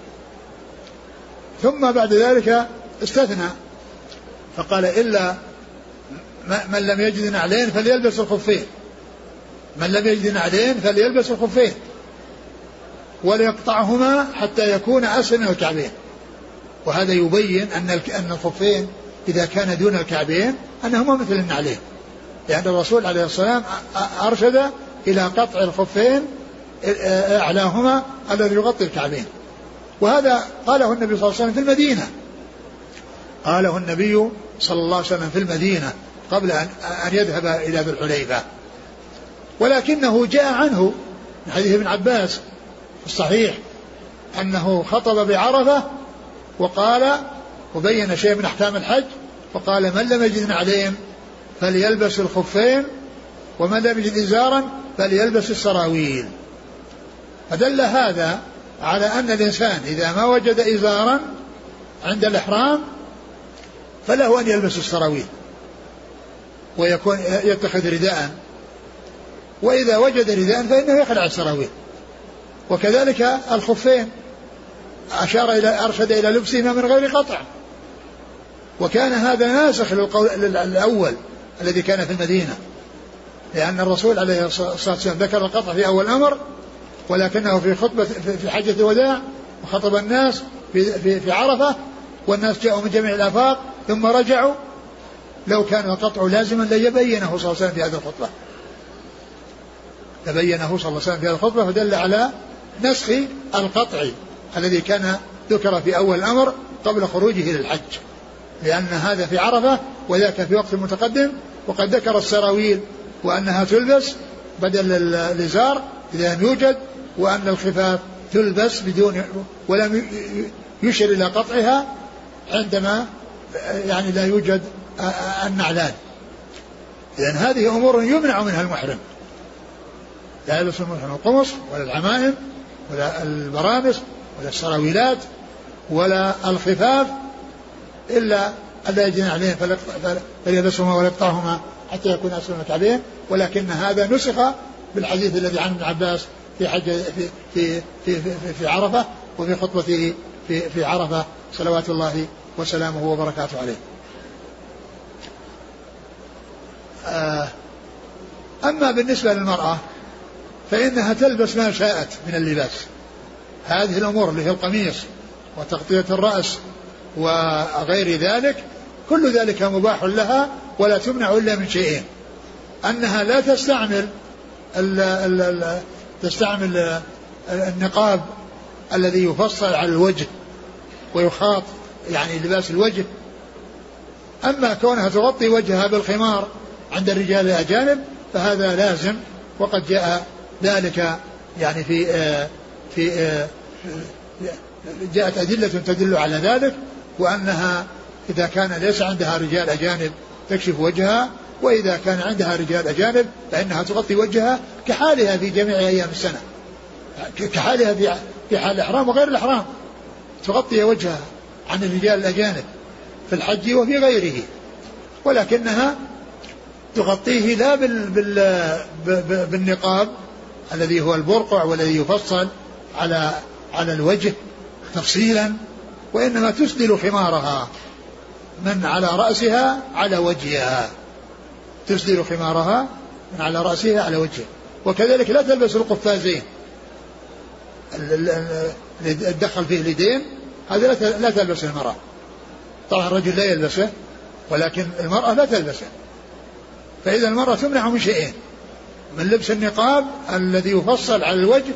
[SPEAKER 2] ثم بعد ذلك استثنى فقال إلا من لم يجد نعلين فليلبس الخفين، من لم يجد نعلين فليلبس الخفين وليقطعهما حتى يكون أسفل من الكعبين. وهذا يبين أن أن الخفين إذا كان دون الكعبين أنهما مثل النعلين، لأن الرسول عليه الصلاة والسلام أرشد إلى قطع الخفين أعلاهما الذي يغطي الكعبين. وهذا قاله النبي صلى الله عليه وسلم في المدينة، قاله النبي صلى الله عليه وسلم في المدينة قبل أن يذهب إلى ذي الحليفة. ولكنه جاء عنه من حديث ابن عباس في الصحيح أنه خطب بعرفة وقال وبين شيء من أحكام الحج، وقال من لم يجد نعلين فليلبس الخفين ومن لم يجد إزارا فليلبس السراويل. فدل هذا على أن الإنسان إذا ما وجد إزارا عند الإحرام فله أن يلبس السراويل ويكون يتخذ رداء، وإذا وجد رداء فإنه يخلع السراويل. وكذلك الخفين أشار إلى أرشد إلى لبسهما من غير قطع، وكان هذا ناسخ للقول الأول الذي كان في المدينة، لأن الرسول عليه الصلاة والسلام ذكر القطع في أول الأمر، ولكنه في خطبة في حجة الوداع وخطب الناس في, في, في عرفة والناس جاءوا من جميع الآفاق ثم رجعوا. لو كان القطع لازما ليبينه صلى الله عليه وسلم في هذه الخطبة، لبينه صلى الله عليه وسلم في هذه الخطبة، فدل على نسخ القطع الذي كان ذكر في أول الأمر قبل خروجه للحج، لأن هذا في عرفة وذاك في وقت متقدم. وقد ذكر السراويل وأنها تلبس بدل الإزار إذا لم يوجد، وأن الخفاف تلبس بدون ولم يشر إلى قطعها عندما يعني لا يوجد النعلان. لأن هذه أمور يمنع منها المحرم، لا يلبس المحرم القمص ولا العمائم ولا البرانس ولا السراويلات ولا الخفاف إلا ألا يجد نعلين فليلبسهما ولا يقطعهما حتى يكون أسفل من الكعبين. ولكن هذا نسخ بالحديث الذي عن ابن عباس في حج في في في, في, في عرفة وفي خطبته في, في عرفة صلوات الله وسلامه وبركاته عليه. أما بالنسبة للمرأة فإنها تلبس ما شاءت من اللباس. هذه الأمور اللي هي القميص وتغطية الرأس وغير ذلك كل ذلك مباح لها ولا تمنع إلا من شيئين: أنها لا تستعمل ال ال ال تستعمل النقاب الذي يفصل على الوجه ويخاط يعني لباس الوجه. أما كونها تغطي وجهها بالخمار عند الرجال الأجانب فهذا لازم، وقد جاء ذلك يعني في في جاءت أدلة تدل على ذلك، وأنها إذا كان ليس عندها رجال أجانب تكشف وجهها، وإذا كان عندها رجال أجانب فإنها تغطي وجهها كحالها في جميع أيام السنة، كحالها في في حال الإحرام وغير الإحرام، تغطي وجهها عن الرجال الأجانب في الحج وفي غيره، ولكنها تغطيه لا بال بال بالنقاب الذي هو البرقع والذي يفصل على على الوجه تفصيلا، وإنما تسدل خمارها من على رأسها على وجهها، تسدل خمارها من على رأسها على وجهها. وكذلك لا تلبس القفازين اللي دخل فيه اليدين هذا لا تلبسه المرأة. طبعا الرجل لا يلبسه ولكن المرأة لا تلبسه. فإذا المرأة تمنع من شيئين: من لبس النقاب الذي يفصل على الوجه،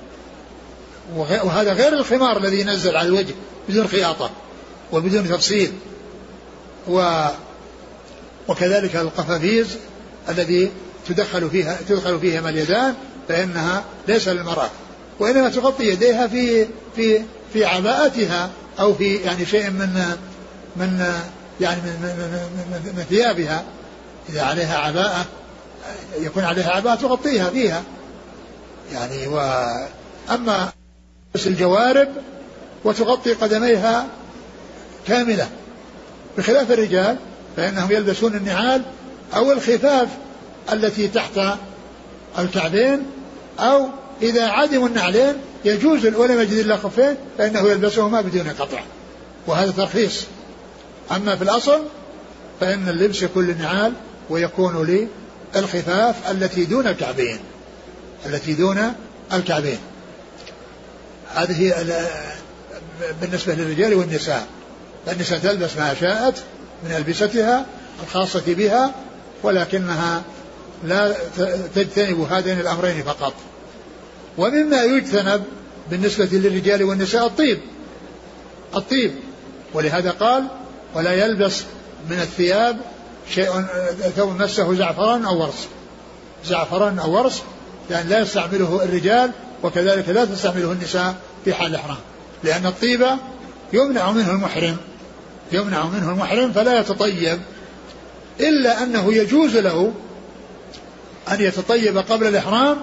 [SPEAKER 2] وهذا غير الخمار الذي ينزل على الوجه بدون خياطة وبدون تفصيل، و وكذلك القفافيز الذي تدخل فيها تدخل فيها اليدان، فإنها ليس للمرأة، وإنما تغطي يديها في في في عباءتها أو في يعني شيء من من يعني من من, من, من ثيابها. إذا عليها عباءة يكون عليها عباءة تغطيها فيها يعني. وأما الجوارب وتغطي قدميها كاملة، بخلاف الرجال فإنهم يلبسون النعال أو الخفاف التي تحت الكعبين، أو إذا عدموا النعلين يجوز ولم يجد إلا خفين فإنه يلبسهما بدون قطع، وهذا ترخيص. أما في الأصل فإن اللبس يكون للنعال ويكون للخفاف التي دون الكعبين التي دون الكعبين. هذه بالنسبة للرجال والنساء. النساء تلبس ما شاءت من ألبستها الخاصة بها، ولكنها لا تجتنب هذين الأمرين فقط. ومما يجتنب بالنسبة للرجال والنساء الطيب الطيب ولهذا قال: ولا يلبس من الثياب شيء ثوب مسه زعفران أو ورس زعفران أو ورس لأن لا يستعمله الرجال، وكذلك لا تستعمله النساء في حال الإحرام، لأن الطيبة يمنع منه المحرم يمنع منه المحرم فلا يتطيب، إلا أنه يجوز له أن يتطيب قبل الإحرام،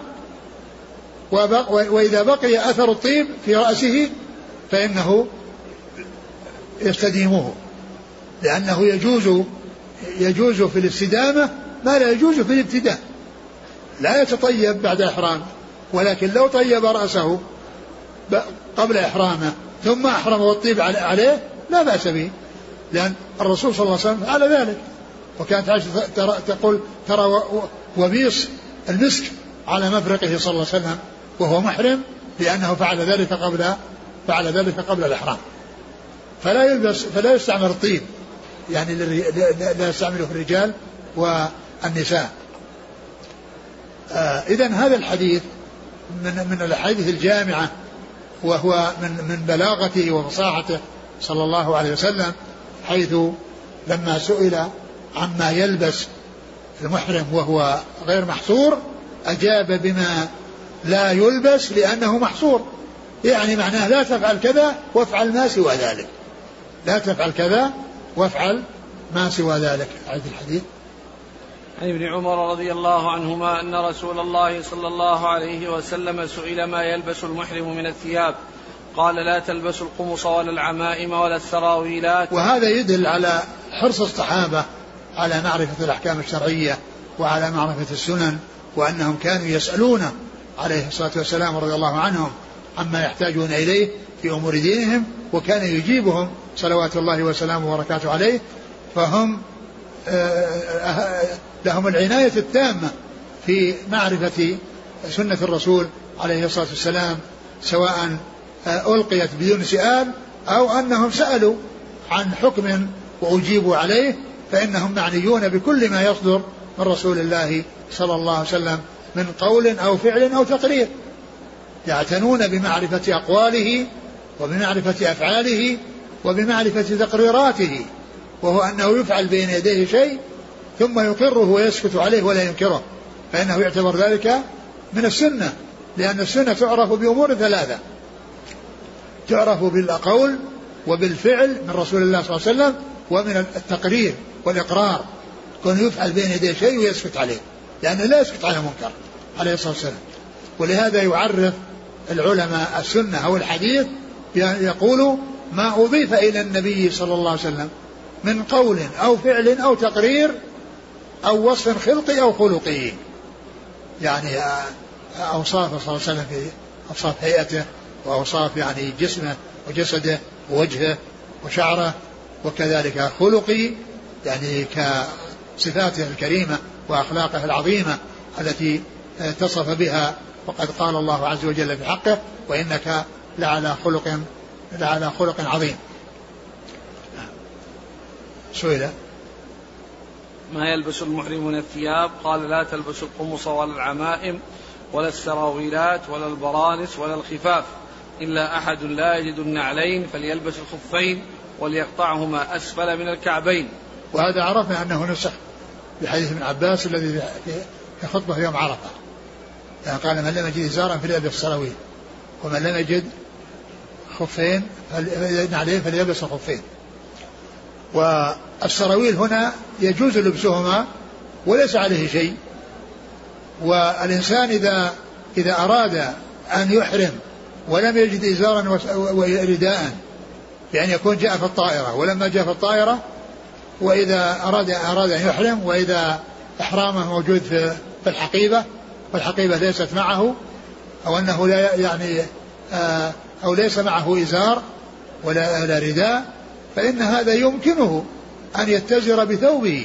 [SPEAKER 2] وإذا بقي أثر الطيب في رأسه فإنه يستديمه، لأنه يجوز يجوز في الاستدامة ما لا يجوز في الابتداء. لا يتطيب بعد إحرام، ولكن لو طيب رأسه قبل إحرامه ثم أحرم والطيب عليه لا بأس به، لأن الرسول صلى الله عليه وسلم فعل ذلك. وكانت عائشة تقول: ترى وبيص المسك على مفرقه صلى الله عليه وسلم وهو محرم، لأنه فعل ذلك قبل فعل ذلك قبل الإحرام. فلا يلبس فلا يستعمل الطيب، يعني لا يستعمله الرجال والنساء. آه إذن هذا الحديث من من الأحاديث الجامعة، وهو من من بلاغته وفصاحته صلى الله عليه وسلم، حيث لما سئل عما يلبس المحرم وهو غير محصور أجاب بما لا يلبس لأنه محصور، يعني معناه لا تفعل كذا وافعل ما سوى ذلك، لا تفعل كذا وافعل ما سوى ذلك. أعيد الحديث.
[SPEAKER 1] عن ابن عمر رضي الله عنهما أن رسول الله صلى الله عليه وسلم سئل ما يلبس المحرم من الثياب قال: لا تلبس القمص ولا العمائم ولا السراويلات.
[SPEAKER 2] وهذا يدل على حرص الصحابة على معرفة الأحكام الشرعية وعلى معرفة السنن، وأنهم كانوا يسألون عليه الصلاة والسلام رضي الله عنهم عما يحتاجون إليه في أمور دينهم، وكان يجيبهم صلوات الله وسلامه وبركاته عليه. فهم لهم العناية التامة في معرفة سنة الرسول عليه الصلاة والسلام، سواء ألقيت بدون سؤال أو أنهم سألوا عن حكم وأجيبوا عليه، فإنهم معنيون بكل ما يصدر من رسول الله صلى الله عليه وسلم من قول أو فعل أو تقرير، يعتنون بمعرفة أقواله وبمعرفة أفعاله وبمعرفة تقريراته، وهو أنه يفعل بين يديه شيء ثم يقره ويسكت عليه ولا ينكره، فإنه يعتبر ذلك من السنة، لأن السنة تعرف بأمور ثلاثة: تعرف بالقول وبالفعل من رسول الله صلى الله عليه وسلم، ومن التقرير والإقرار، كون يفعل بين يديه شيء ويسكت عليه، لأنه لا يسكت على منكر عليه الصلاة والسلام. ولهذا يعرف العلماء السنة أو الحديث يقول: ما أضيف إلى النبي صلى الله عليه وسلم من قول أو فعل أو تقرير أو وصف خلقي أو خلقي، يعني أوصاف صلى الله عليه وسلم في أوصاف هيئته وأوصاف يعني جسمه وجسده ووجهه وشعره، وكذلك خلقي يعني كصفاته الكريمة وأخلاقه العظيمة التي اتصف بها وقد قال الله عز وجل في حقه وإنك لعلى خلق لعلى خلق عظيم. سئل
[SPEAKER 1] ما يلبس المحرم من الثياب؟ قال لا تلبس القمص ولا العمائم ولا السراويلات ولا البرانس ولا الخفاف إلا أحد لا يجد النعلين فليلبس الخفين وليقطعهما أسفل من الكعبين.
[SPEAKER 2] وهذا عرفنا أنه نسخ بحديث ابن عباس الذي في خطبة يوم عرفة، يعني قال من لم يجد إزارا فليلبس السراويل ومن لم يجد خفين نعلين فليلبس الخفين. والسراويل هنا يجوز لبسهما وليس عليه شيء. والإنسان إذا إذا أراد أن يحرم ولم يجد إزارا ورداء يعني يكون جاء في الطائرة ولما جاء في الطائرة وإذا أراد أراد أن يحرم وإذا إحرامه موجود في في الحقيبة والحقيبة ليست معه أو أنه لا يعني أو ليس معه إزار ولا, ولا رداء فإن هذا يمكنه أن يتزر بثوبه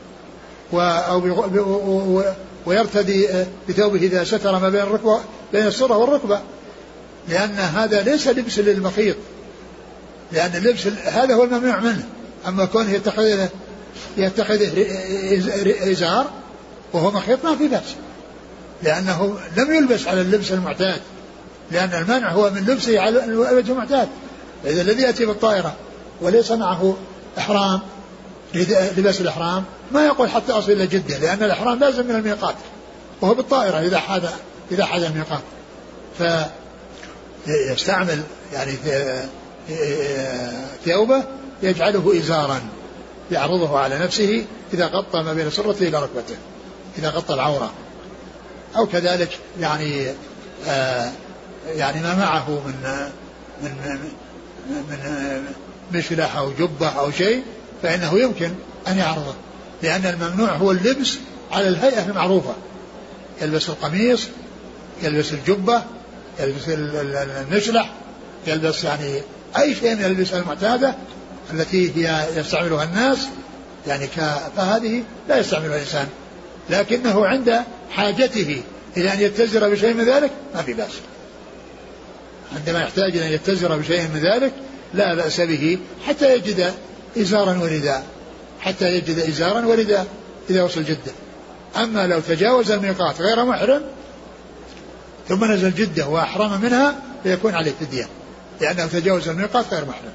[SPEAKER 2] أو ويرتدي بثوبه إذا ستر ما بين الركبة بين السرة والركبة، لأن هذا ليس لبس للمخيط، لأن اللبس هذا هو الممنوع منه. أما كونه يتخذ يتخذ إزار وهو مخيط ما في بأس، لأنه لم يلبس على اللبس المعتاد، لأن المانع هو من لبسه على الوجه المعتاد. إذا الذي يأتي بالطائرة وليس معه إحرام لباس الإحرام ما يقول حتى أصل إلى جدة، لأن الإحرام لازم من الميقات وهو بالطائرة إذا حاد إذا حاد الميقات، فيستعمل يعني ثوبه يجعله إزارا يعرضه على نفسه إذا غطى ما بين سرته إلى ركبته إذا غطى العورة، أو كذلك يعني آه يعني ما معه من من من مشلح أو جبة أو شيء فإنه يمكن أن يعرضه، لأن الممنوع هو اللبس على الهيئة المعروفة، يلبس القميص يلبس الجبة يلبس المشلح يلبس يعني أي شيء من الألبسة المعتادة التي هي يستعملها الناس يعني فهذه لا يستعملها الإنسان، لكنه عند حاجته إلى أن يتزر بشيء من ذلك ما في بأس، عندما يحتاج أن يتزر بشيء من ذلك لا بأس به حتى يجد إزارا ورداء حتى يجد إزارا ورداء إذا وصل جدة. أما لو تجاوز الميقات غير محرم ثم نزل جدة وأحرم منها فيكون عليه فدية، لأنه تجاوز الميقات غير محرم.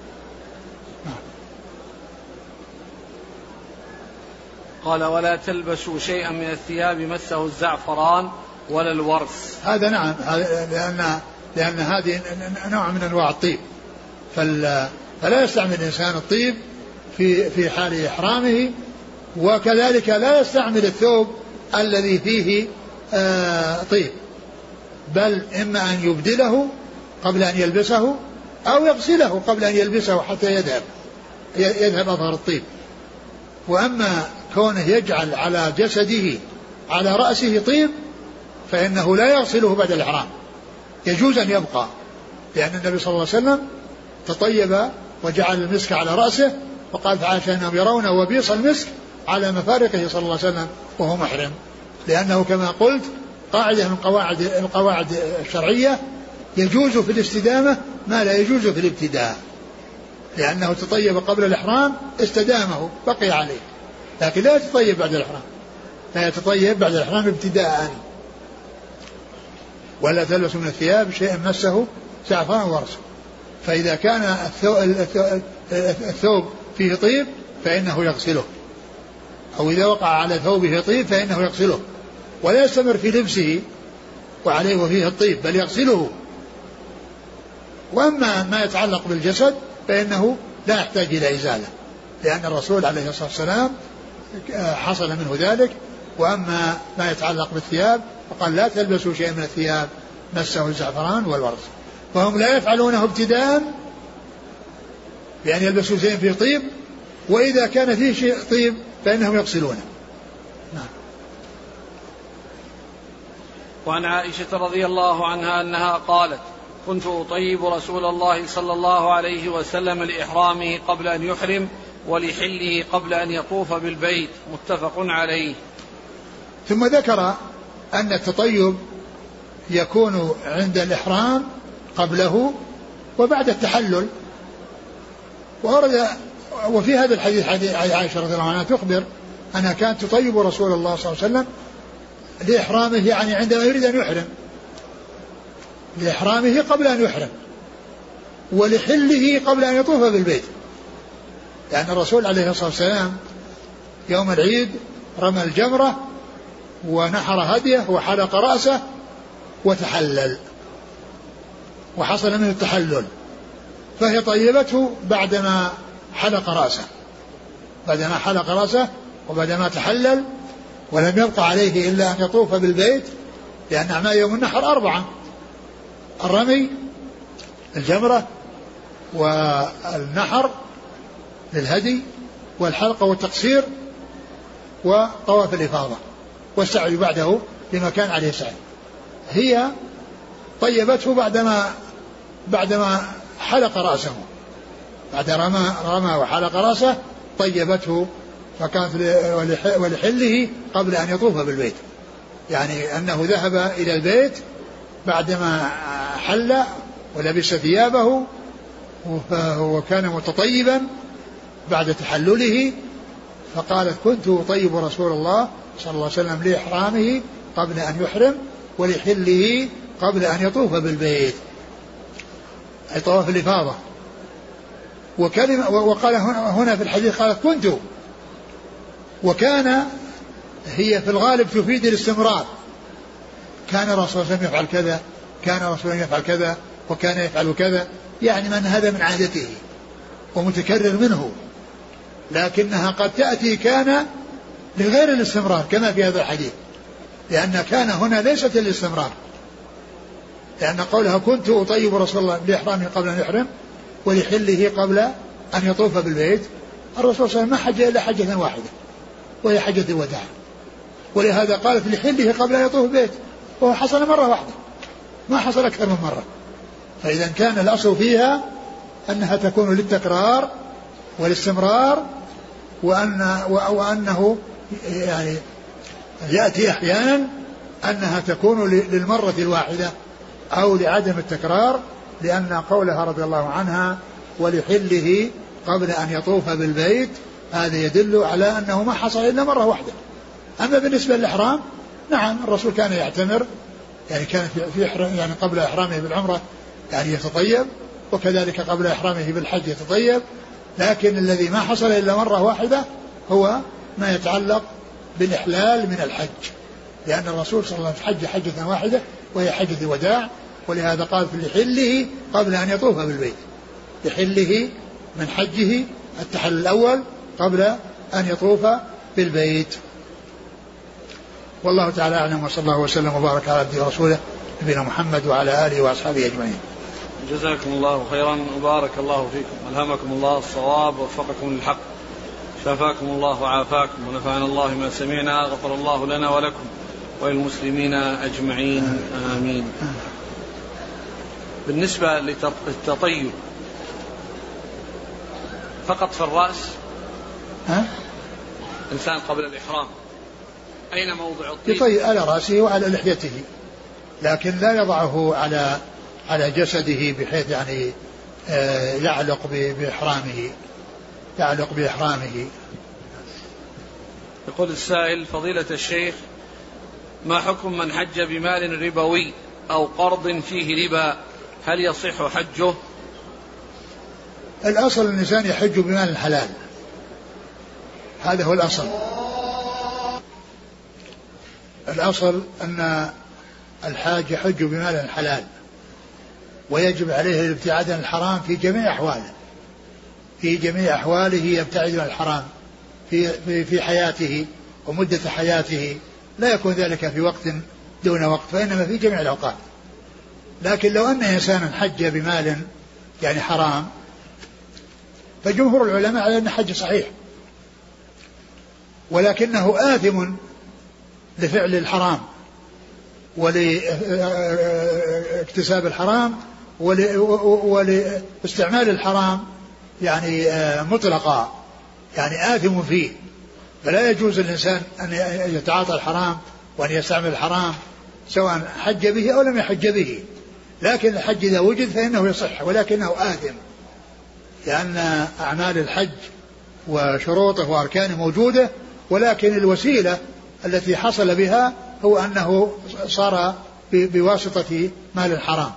[SPEAKER 1] قال ولا تلبسوا شيئا من الثياب مسه الزعفران ولا الورس.
[SPEAKER 2] هذا نعم، لأن لأن هذه نوع من أنواع الطيب، فلا يستعمل الإنسان الطيب في في حال إحرامه، وكذلك لا يستعمل الثوب الذي فيه آه طيب، بل إما أن يبدله قبل أن يلبسه أو يغسله قبل أن يلبسه حتى يذهب يذهب أثر الطيب. وأما كونه يجعل على جسده على رأسه طيب فإنه لا يغسله بعد الإحرام، يجوز أن يبقى، لأن النبي صلى الله عليه وسلم تطيب وجعل المسك على رأسه وقال عائشة أنهم يرون وبيص المسك على مفارقه صلى الله عليه وسلم وهو محرم، لأنه كما قلت قاعدة من قواعد القواعد الشرعية يجوز في الاستدامة ما لا يجوز في الابتداء، لأنه تطيب قبل الإحرام استدامه بقي عليه، لكن لا يتطيب بعد الإحرام، لا يتطيب بعد الإحرام ابتداء. ولا تلبس من الثياب شيئا مسه زعفران ورس، فإذا كان الثوب فيه طيب فإنه يغسله، أو إذا وقع على ثوبه طيب فإنه يغسله، ولا يستمر في لبسه وعليه وفيه الطيب بل يغسله. وأما ما يتعلق بالجسد فإنه لا يحتاج إلى إزالة، لأن الرسول عليه الصلاة والسلام حصل منه ذلك. وأما ما يتعلق بالثياب فقال لا تلبسوا شيء من الثياب مسه الزعفران والورس، فهم لا يفعلونه ابتداء بأن يلبسوا شيء فيه طيب، وإذا كان فيه شيء طيب فإنهم يغسلونه. نعم.
[SPEAKER 1] وعن عائشة رضي الله عنها أنها قالت كنت أطيب رسول الله صلى الله عليه وسلم لإحرامه قبل أن يحرم ولحله قبل أن يطوف بالبيت، متفق عليه.
[SPEAKER 2] ثم ذكر أن التطيب يكون عند الإحرام قبله وبعد التحلل. وورد وفي هذا الحديث حديث عائشة رضي الله عنها تخبر أنها كانت تطيب رسول الله صلى الله عليه وسلم لإحرامه، يعني عندما يريد أن يحرم، لإحرامه قبل أن يحرم، ولحله قبل أن يطوف بالبيت. لأن يعني الرسول عليه الصلاة والسلام يوم العيد رمى الجمرة ونحر هديه وحلق رأسه وتحلل وحصل منه التحلل، فهي طيبته بعدما حلق رأسه بعدما حلق رأسه وبعدما تحلل، ولم يبقى عليه إلا أن يطوف بالبيت، لأن أعمال يوم النحر أربعة: الرمي، الجمرة، والنحر للهدي، والحلقة والتقصير، وطواف الإفاضة، والسعي بعده لما كان عليه سعي. هي طيبته بعدما بعدما حلق رأسه، بعد رمى رمى وحلق رأسه طيبته، فكانت ولحله قبل أن يطوف بالبيت، يعني أنه ذهب إلى البيت بعدما حل ولبس ثيابه وكان متطيبا بعد تحلله، فقالت: كنت أطيب رسول الله صلى الله عليه وسلم لإحرامه قبل أن يحرم ولحله قبل أن يطوف بالبيت، أي طواف الإفاضة. وكلمة وقال هنا في الحديث قالت كنت، وكان هي في الغالب تفيد الاستمرار، كان الرسول صلى الله عليه وسلم يفعل كذا، كان الرسول يفعل كذا، وكان يفعل كذا، يعني من هذا من عادته ومتكرر منه، لكنها قد تأتي كان لغير الاستمرار كما في هذا الحديث، لأن كان هنا ليست للاستمرار، لأن قولها كنت أطيب رسول الله لإحرامه قبل أن يحرم ولحله قبل أن يطوف بالبيت. الرسول صلى الله عليه وسلم ما حج إلا حجة واحدة وهي حجة الوداع، ولهذا قالت لحله قبل أن يطوف بالبيت، وهو حصل مرة واحدة ما حصل أكثر من مرة. فإذا كان الأصل فيها أنها تكون للتكرار والاستمرار، وأن وأنه يعني يأتي أحيانا أنها تكون للمرة الواحدة أو لعدم التكرار، لأن قولها رضي الله عنها ولحله قبل أن يطوف بالبيت هذا يدل على أنه ما حصل إلا مرة واحدة. أما بالنسبة للإحرام نعم الرسول كان يعتمر، يعني كان في يعني قبل إحرامه بالعمرة يعني يتطيب، وكذلك قبل إحرامه بالحج يتطيب، لكن الذي ما حصل إلا مرة واحدة هو ما يتعلق بالإحلال من الحج، لأن الرسول صلى الله عليه وسلم حج حجة واحدة وهي حجة الوداع، ولهذا قال في لحله قبل أن يطوف بالبيت، لحله من حجه التحلل الأول قبل أن يطوف بالبيت. والله تعالى أعلم، وصلى الله وسلم وبارك على عبده ورسوله نبينا محمد وعلى آله وأصحابه أجمعين.
[SPEAKER 1] جزاكم الله خيرا وبارك الله فيكم، ألهمكم الله الصواب ووفقكم للحق، شفاكم الله وعافاكم، ونفعنا الله ما سمعنا، غفر الله لنا ولكم وللمسلمين أجمعين، آمين. بالنسبة للتطيب فقط في الرأس،
[SPEAKER 2] ها؟
[SPEAKER 1] إنسان قبل الإحرام أين موضع الطيب؟
[SPEAKER 2] يطيب على رأسه وعلى لحيته، لكن لا يضعه على على جسده بحيث يعني يعلق بإحرامه يعلق بإحرامه.
[SPEAKER 1] يقول السائل: فضيلة الشيخ، ما حكم من حج بمال ربوي أو قرض فيه ربا، هل يصح حجه؟
[SPEAKER 2] الأصل الإنسان يحج بمال حلال، هذا هو الأصل. الأصل أن الحاج يحج بمال حلال، ويجب عليه الابتعاد عن الحرام في جميع أحواله، في جميع أحواله يبتعد عن الحرام في, في, في حياته ومدة حياته، لا يكون ذلك في وقت دون وقت، فإنما في جميع الأوقات. لكن لو أن إنسانا حج بمال يعني حرام، فجمهور العلماء على أن حج صحيح، ولكنه آثم لفعل الحرام ولاكتساب الحرام ولاستعمال الحرام يعني مطلقا، يعني آثم فيه، فلا يجوز الإنسان أن يتعاطى الحرام وأن يستعمل الحرام سواء حج به أو لم يحج به، لكن الحج إذا وجد فإنه يصح ولكنه آثم، لأن أعمال الحج وشروطه وأركانه موجودة، ولكن الوسيلة التي حصل بها هو أنه صار بواسطة مال الحرام.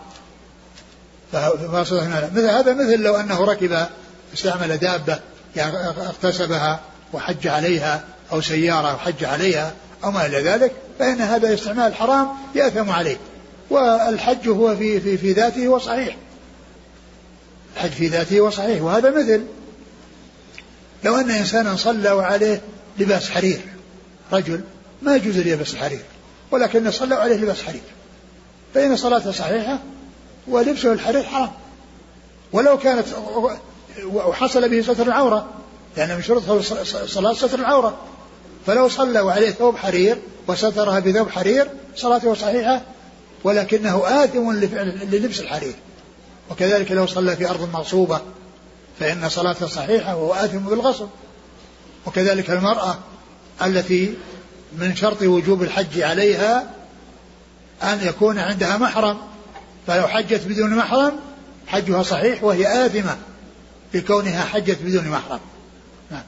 [SPEAKER 2] مثل هذا مثل لو أنه ركب استعمل دابة يعني اغتسبها وحج عليها أو سيارة وحج عليها أو ما إلى ذلك، فإن هذا استعمال حرام يأثم عليه. والحج هو في, في, في ذاته وصحيح، الحج في ذاته وصحيح. وهذا مثل لو أن إنسانا صلى وعليه لباس حرير، رجل ما يجوز لباس الحرير ولكن صلى عليه لباس حرير، فإن صلاته صحيحة ولبسه الحرير حرام، ولو كانت وحصل به ستر العورة، لأن من شروط الصلاة ستر العورة، فلو صلى وعليه ثوب حرير وسترها بثوب حرير صلاته صحيحة ولكنه آثم للبس الحرير. وكذلك لو صلى في أرض مغصوبة فإن صلاته صحيحة وهو آثم بالغصب. وكذلك المرأة التي من شرط وجوب الحج عليها أن يكون عندها محرم، فلو حجت بدون محرم حجها صحيح وهي آثمة بكونها حجت بدون محرم. نعم.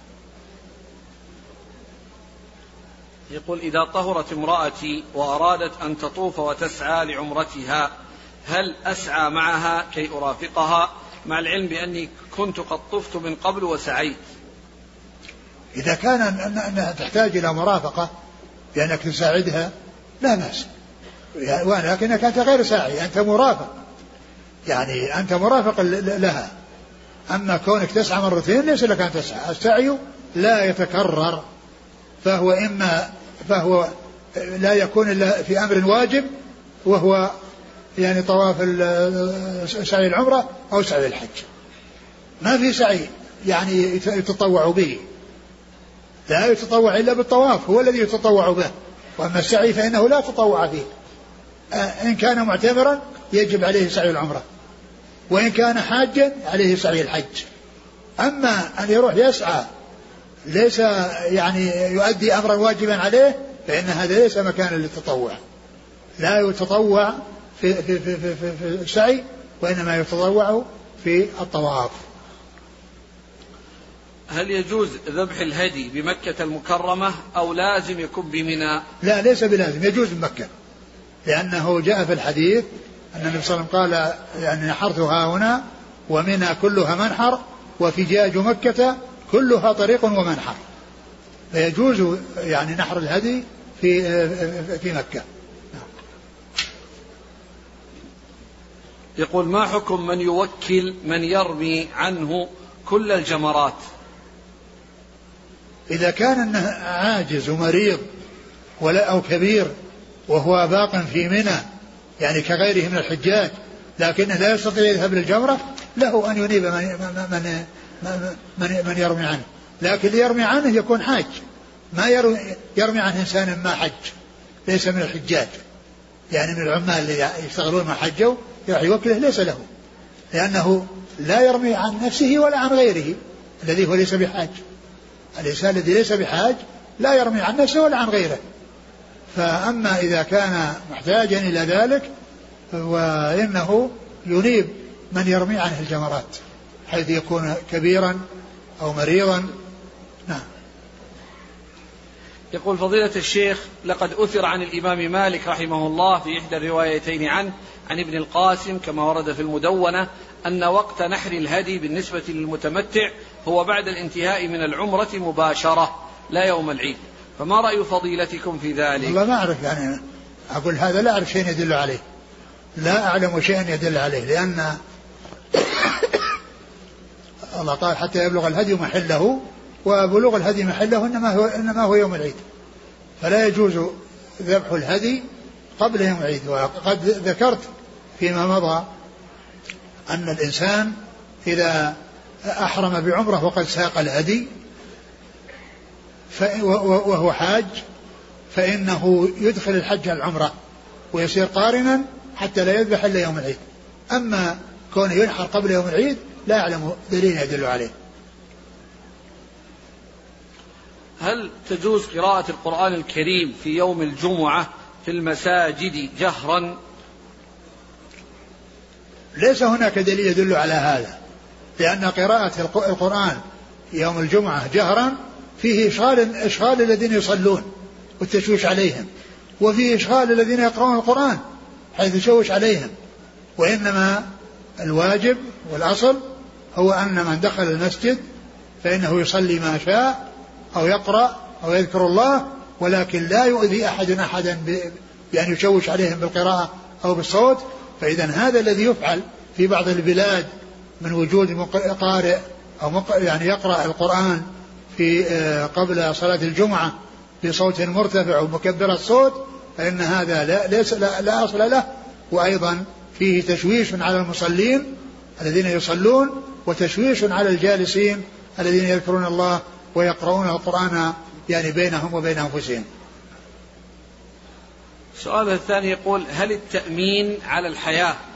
[SPEAKER 1] يقول إذا طهرت امرأتي وأرادت أن تطوف وتسعى لعمرتها هل أسعى معها كي أرافقها مع العلم بأني كنت قد طفت من قبل وسعيت؟
[SPEAKER 2] إذا كان أنها تحتاج إلى مرافقة لأنك تساعدها لا بأس، ولكنك أنت غير ساعي، أنت مرافق، يعني أنت مرافق لها. أما كونك تسعى مرتين ليس لك أن تسعى، السعي لا يتكرر، فهو إما فهو لا يكون إلا في أمر واجب وهو يعني طواف سعي العمرة أو سعي الحج، ما في سعي يعني يتطوع به، لا يتطوع إلا بالطواف هو الذي يتطوع به، وأما السعي فإنه لا تطوع فيه. إن كان معتمرا يجب عليه سعي العمرة، وإن كان حاجا عليه سعي الحج. أما أن يروح يسعى ليس يعني يؤدي أمرا واجبا عليه فإن هذا ليس مكانا للتطوع، لا يتطوع في, في, في, في, في, في السعي وإنما يتطوع في الطواف.
[SPEAKER 1] هل يجوز ذبح الهدي بمكة المكرمة أو لازم يكون بمنى؟
[SPEAKER 2] لا ليس بلازم، يجوز بمكة، لأنه جاء في الحديث أن النبي صلى الله عليه وسلم قال يعني نحرتها هنا ومنى كلها منحر وفجاج مكة كلها طريق ومنحر، فيجوز يعني نحر الهدي في في مكة.
[SPEAKER 1] يقول ما حكم من يوكل من يرمي عنه كل الجمرات؟
[SPEAKER 2] إذا كان أنه عاجز ومريض ولا أو كبير وهو باق في منى يعني كغيره من الحجاج لكنه لا يستطيع يذهب للجمرة له أن ينيب من, من, من, من يرمي عنه، لكن يرمي عنه يكون حاج، ما يرمي عنه إنسان ما حج ليس من الحجاج، يعني من العمال اللي يشتغلون ما حجوا يوكله ليس له، لأنه لا يرمي عن نفسه ولا عن غيره الذي هو ليس بحاج. الإنسان الذي ليس بحاج لا يرمي عن نفسه ولا عن غيره. فأما إذا كان محتاجا إلى ذلك وإنه ينيب من يرمي عنه الجمرات حيث يكون كبيرا أو مريضا. نعم.
[SPEAKER 1] يقول فضيلة الشيخ لقد أثر عن الإمام مالك رحمه الله في إحدى الروايتين عنه عن ابن القاسم كما ورد في المدونة أن وقت نحر الهدي بالنسبة للمتمتع هو بعد الانتهاء من العمرة مباشرة لا يوم العيد، فما رأي فضيلتكم في ذلك؟
[SPEAKER 2] والله ما أعرف، يعني أقول هذا لا أعرف شيء يدل عليه، لا أعلم شيئا يدل عليه، لأن الله قال حتى يبلغ الهدي محله، وبلوغ الهدي محله إنما هو, إنما هو يوم العيد، فلا يجوز ذبح الهدي قبل يوم العيد. وقد ذكرت فيما مضى أن الإنسان إذا أحرم بعمره وقد ساق الهدي وهو حاج فإنه يدخل الحج على العمرة ويصير قارنا حتى لا يذبح إلا يوم العيد. أما كونه ينحر قبل يوم العيد لا أعلم دليل يدل عليه.
[SPEAKER 1] هل تجوز قراءة القرآن الكريم في يوم الجمعة في المساجد جهرا؟
[SPEAKER 2] ليس هناك دليل يدل على هذا، لأن قراءة القرآن يوم الجمعة جهرا فيه إشغال, إشغال الذين يصلون والتشويش عليهم، وفيه إشغال الذين يقرؤون القرآن حيث يشوش عليهم. وإنما الواجب والأصل هو أن من دخل المسجد فإنه يصلي ما شاء أو يقرأ أو يذكر الله، ولكن لا يؤذي أحد أحدا بأن يشوش عليهم بالقراءة أو بالصوت. فإذا هذا الذي يفعل في بعض البلاد من وجود قارئ أو يعني يقرأ القرآن في قبل صلاة الجمعة بصوت مرتفع ومكبر الصوت، فإن هذا لا, ليس لا, لا أصل له، وأيضا فيه تشويش على المصلين الذين يصلون وتشويش على الجالسين الذين يذكرون الله ويقرؤون القرآن يعني بينهم وبين أنفسهم.
[SPEAKER 1] السؤال الثاني يقول: هل التأمين على الحياة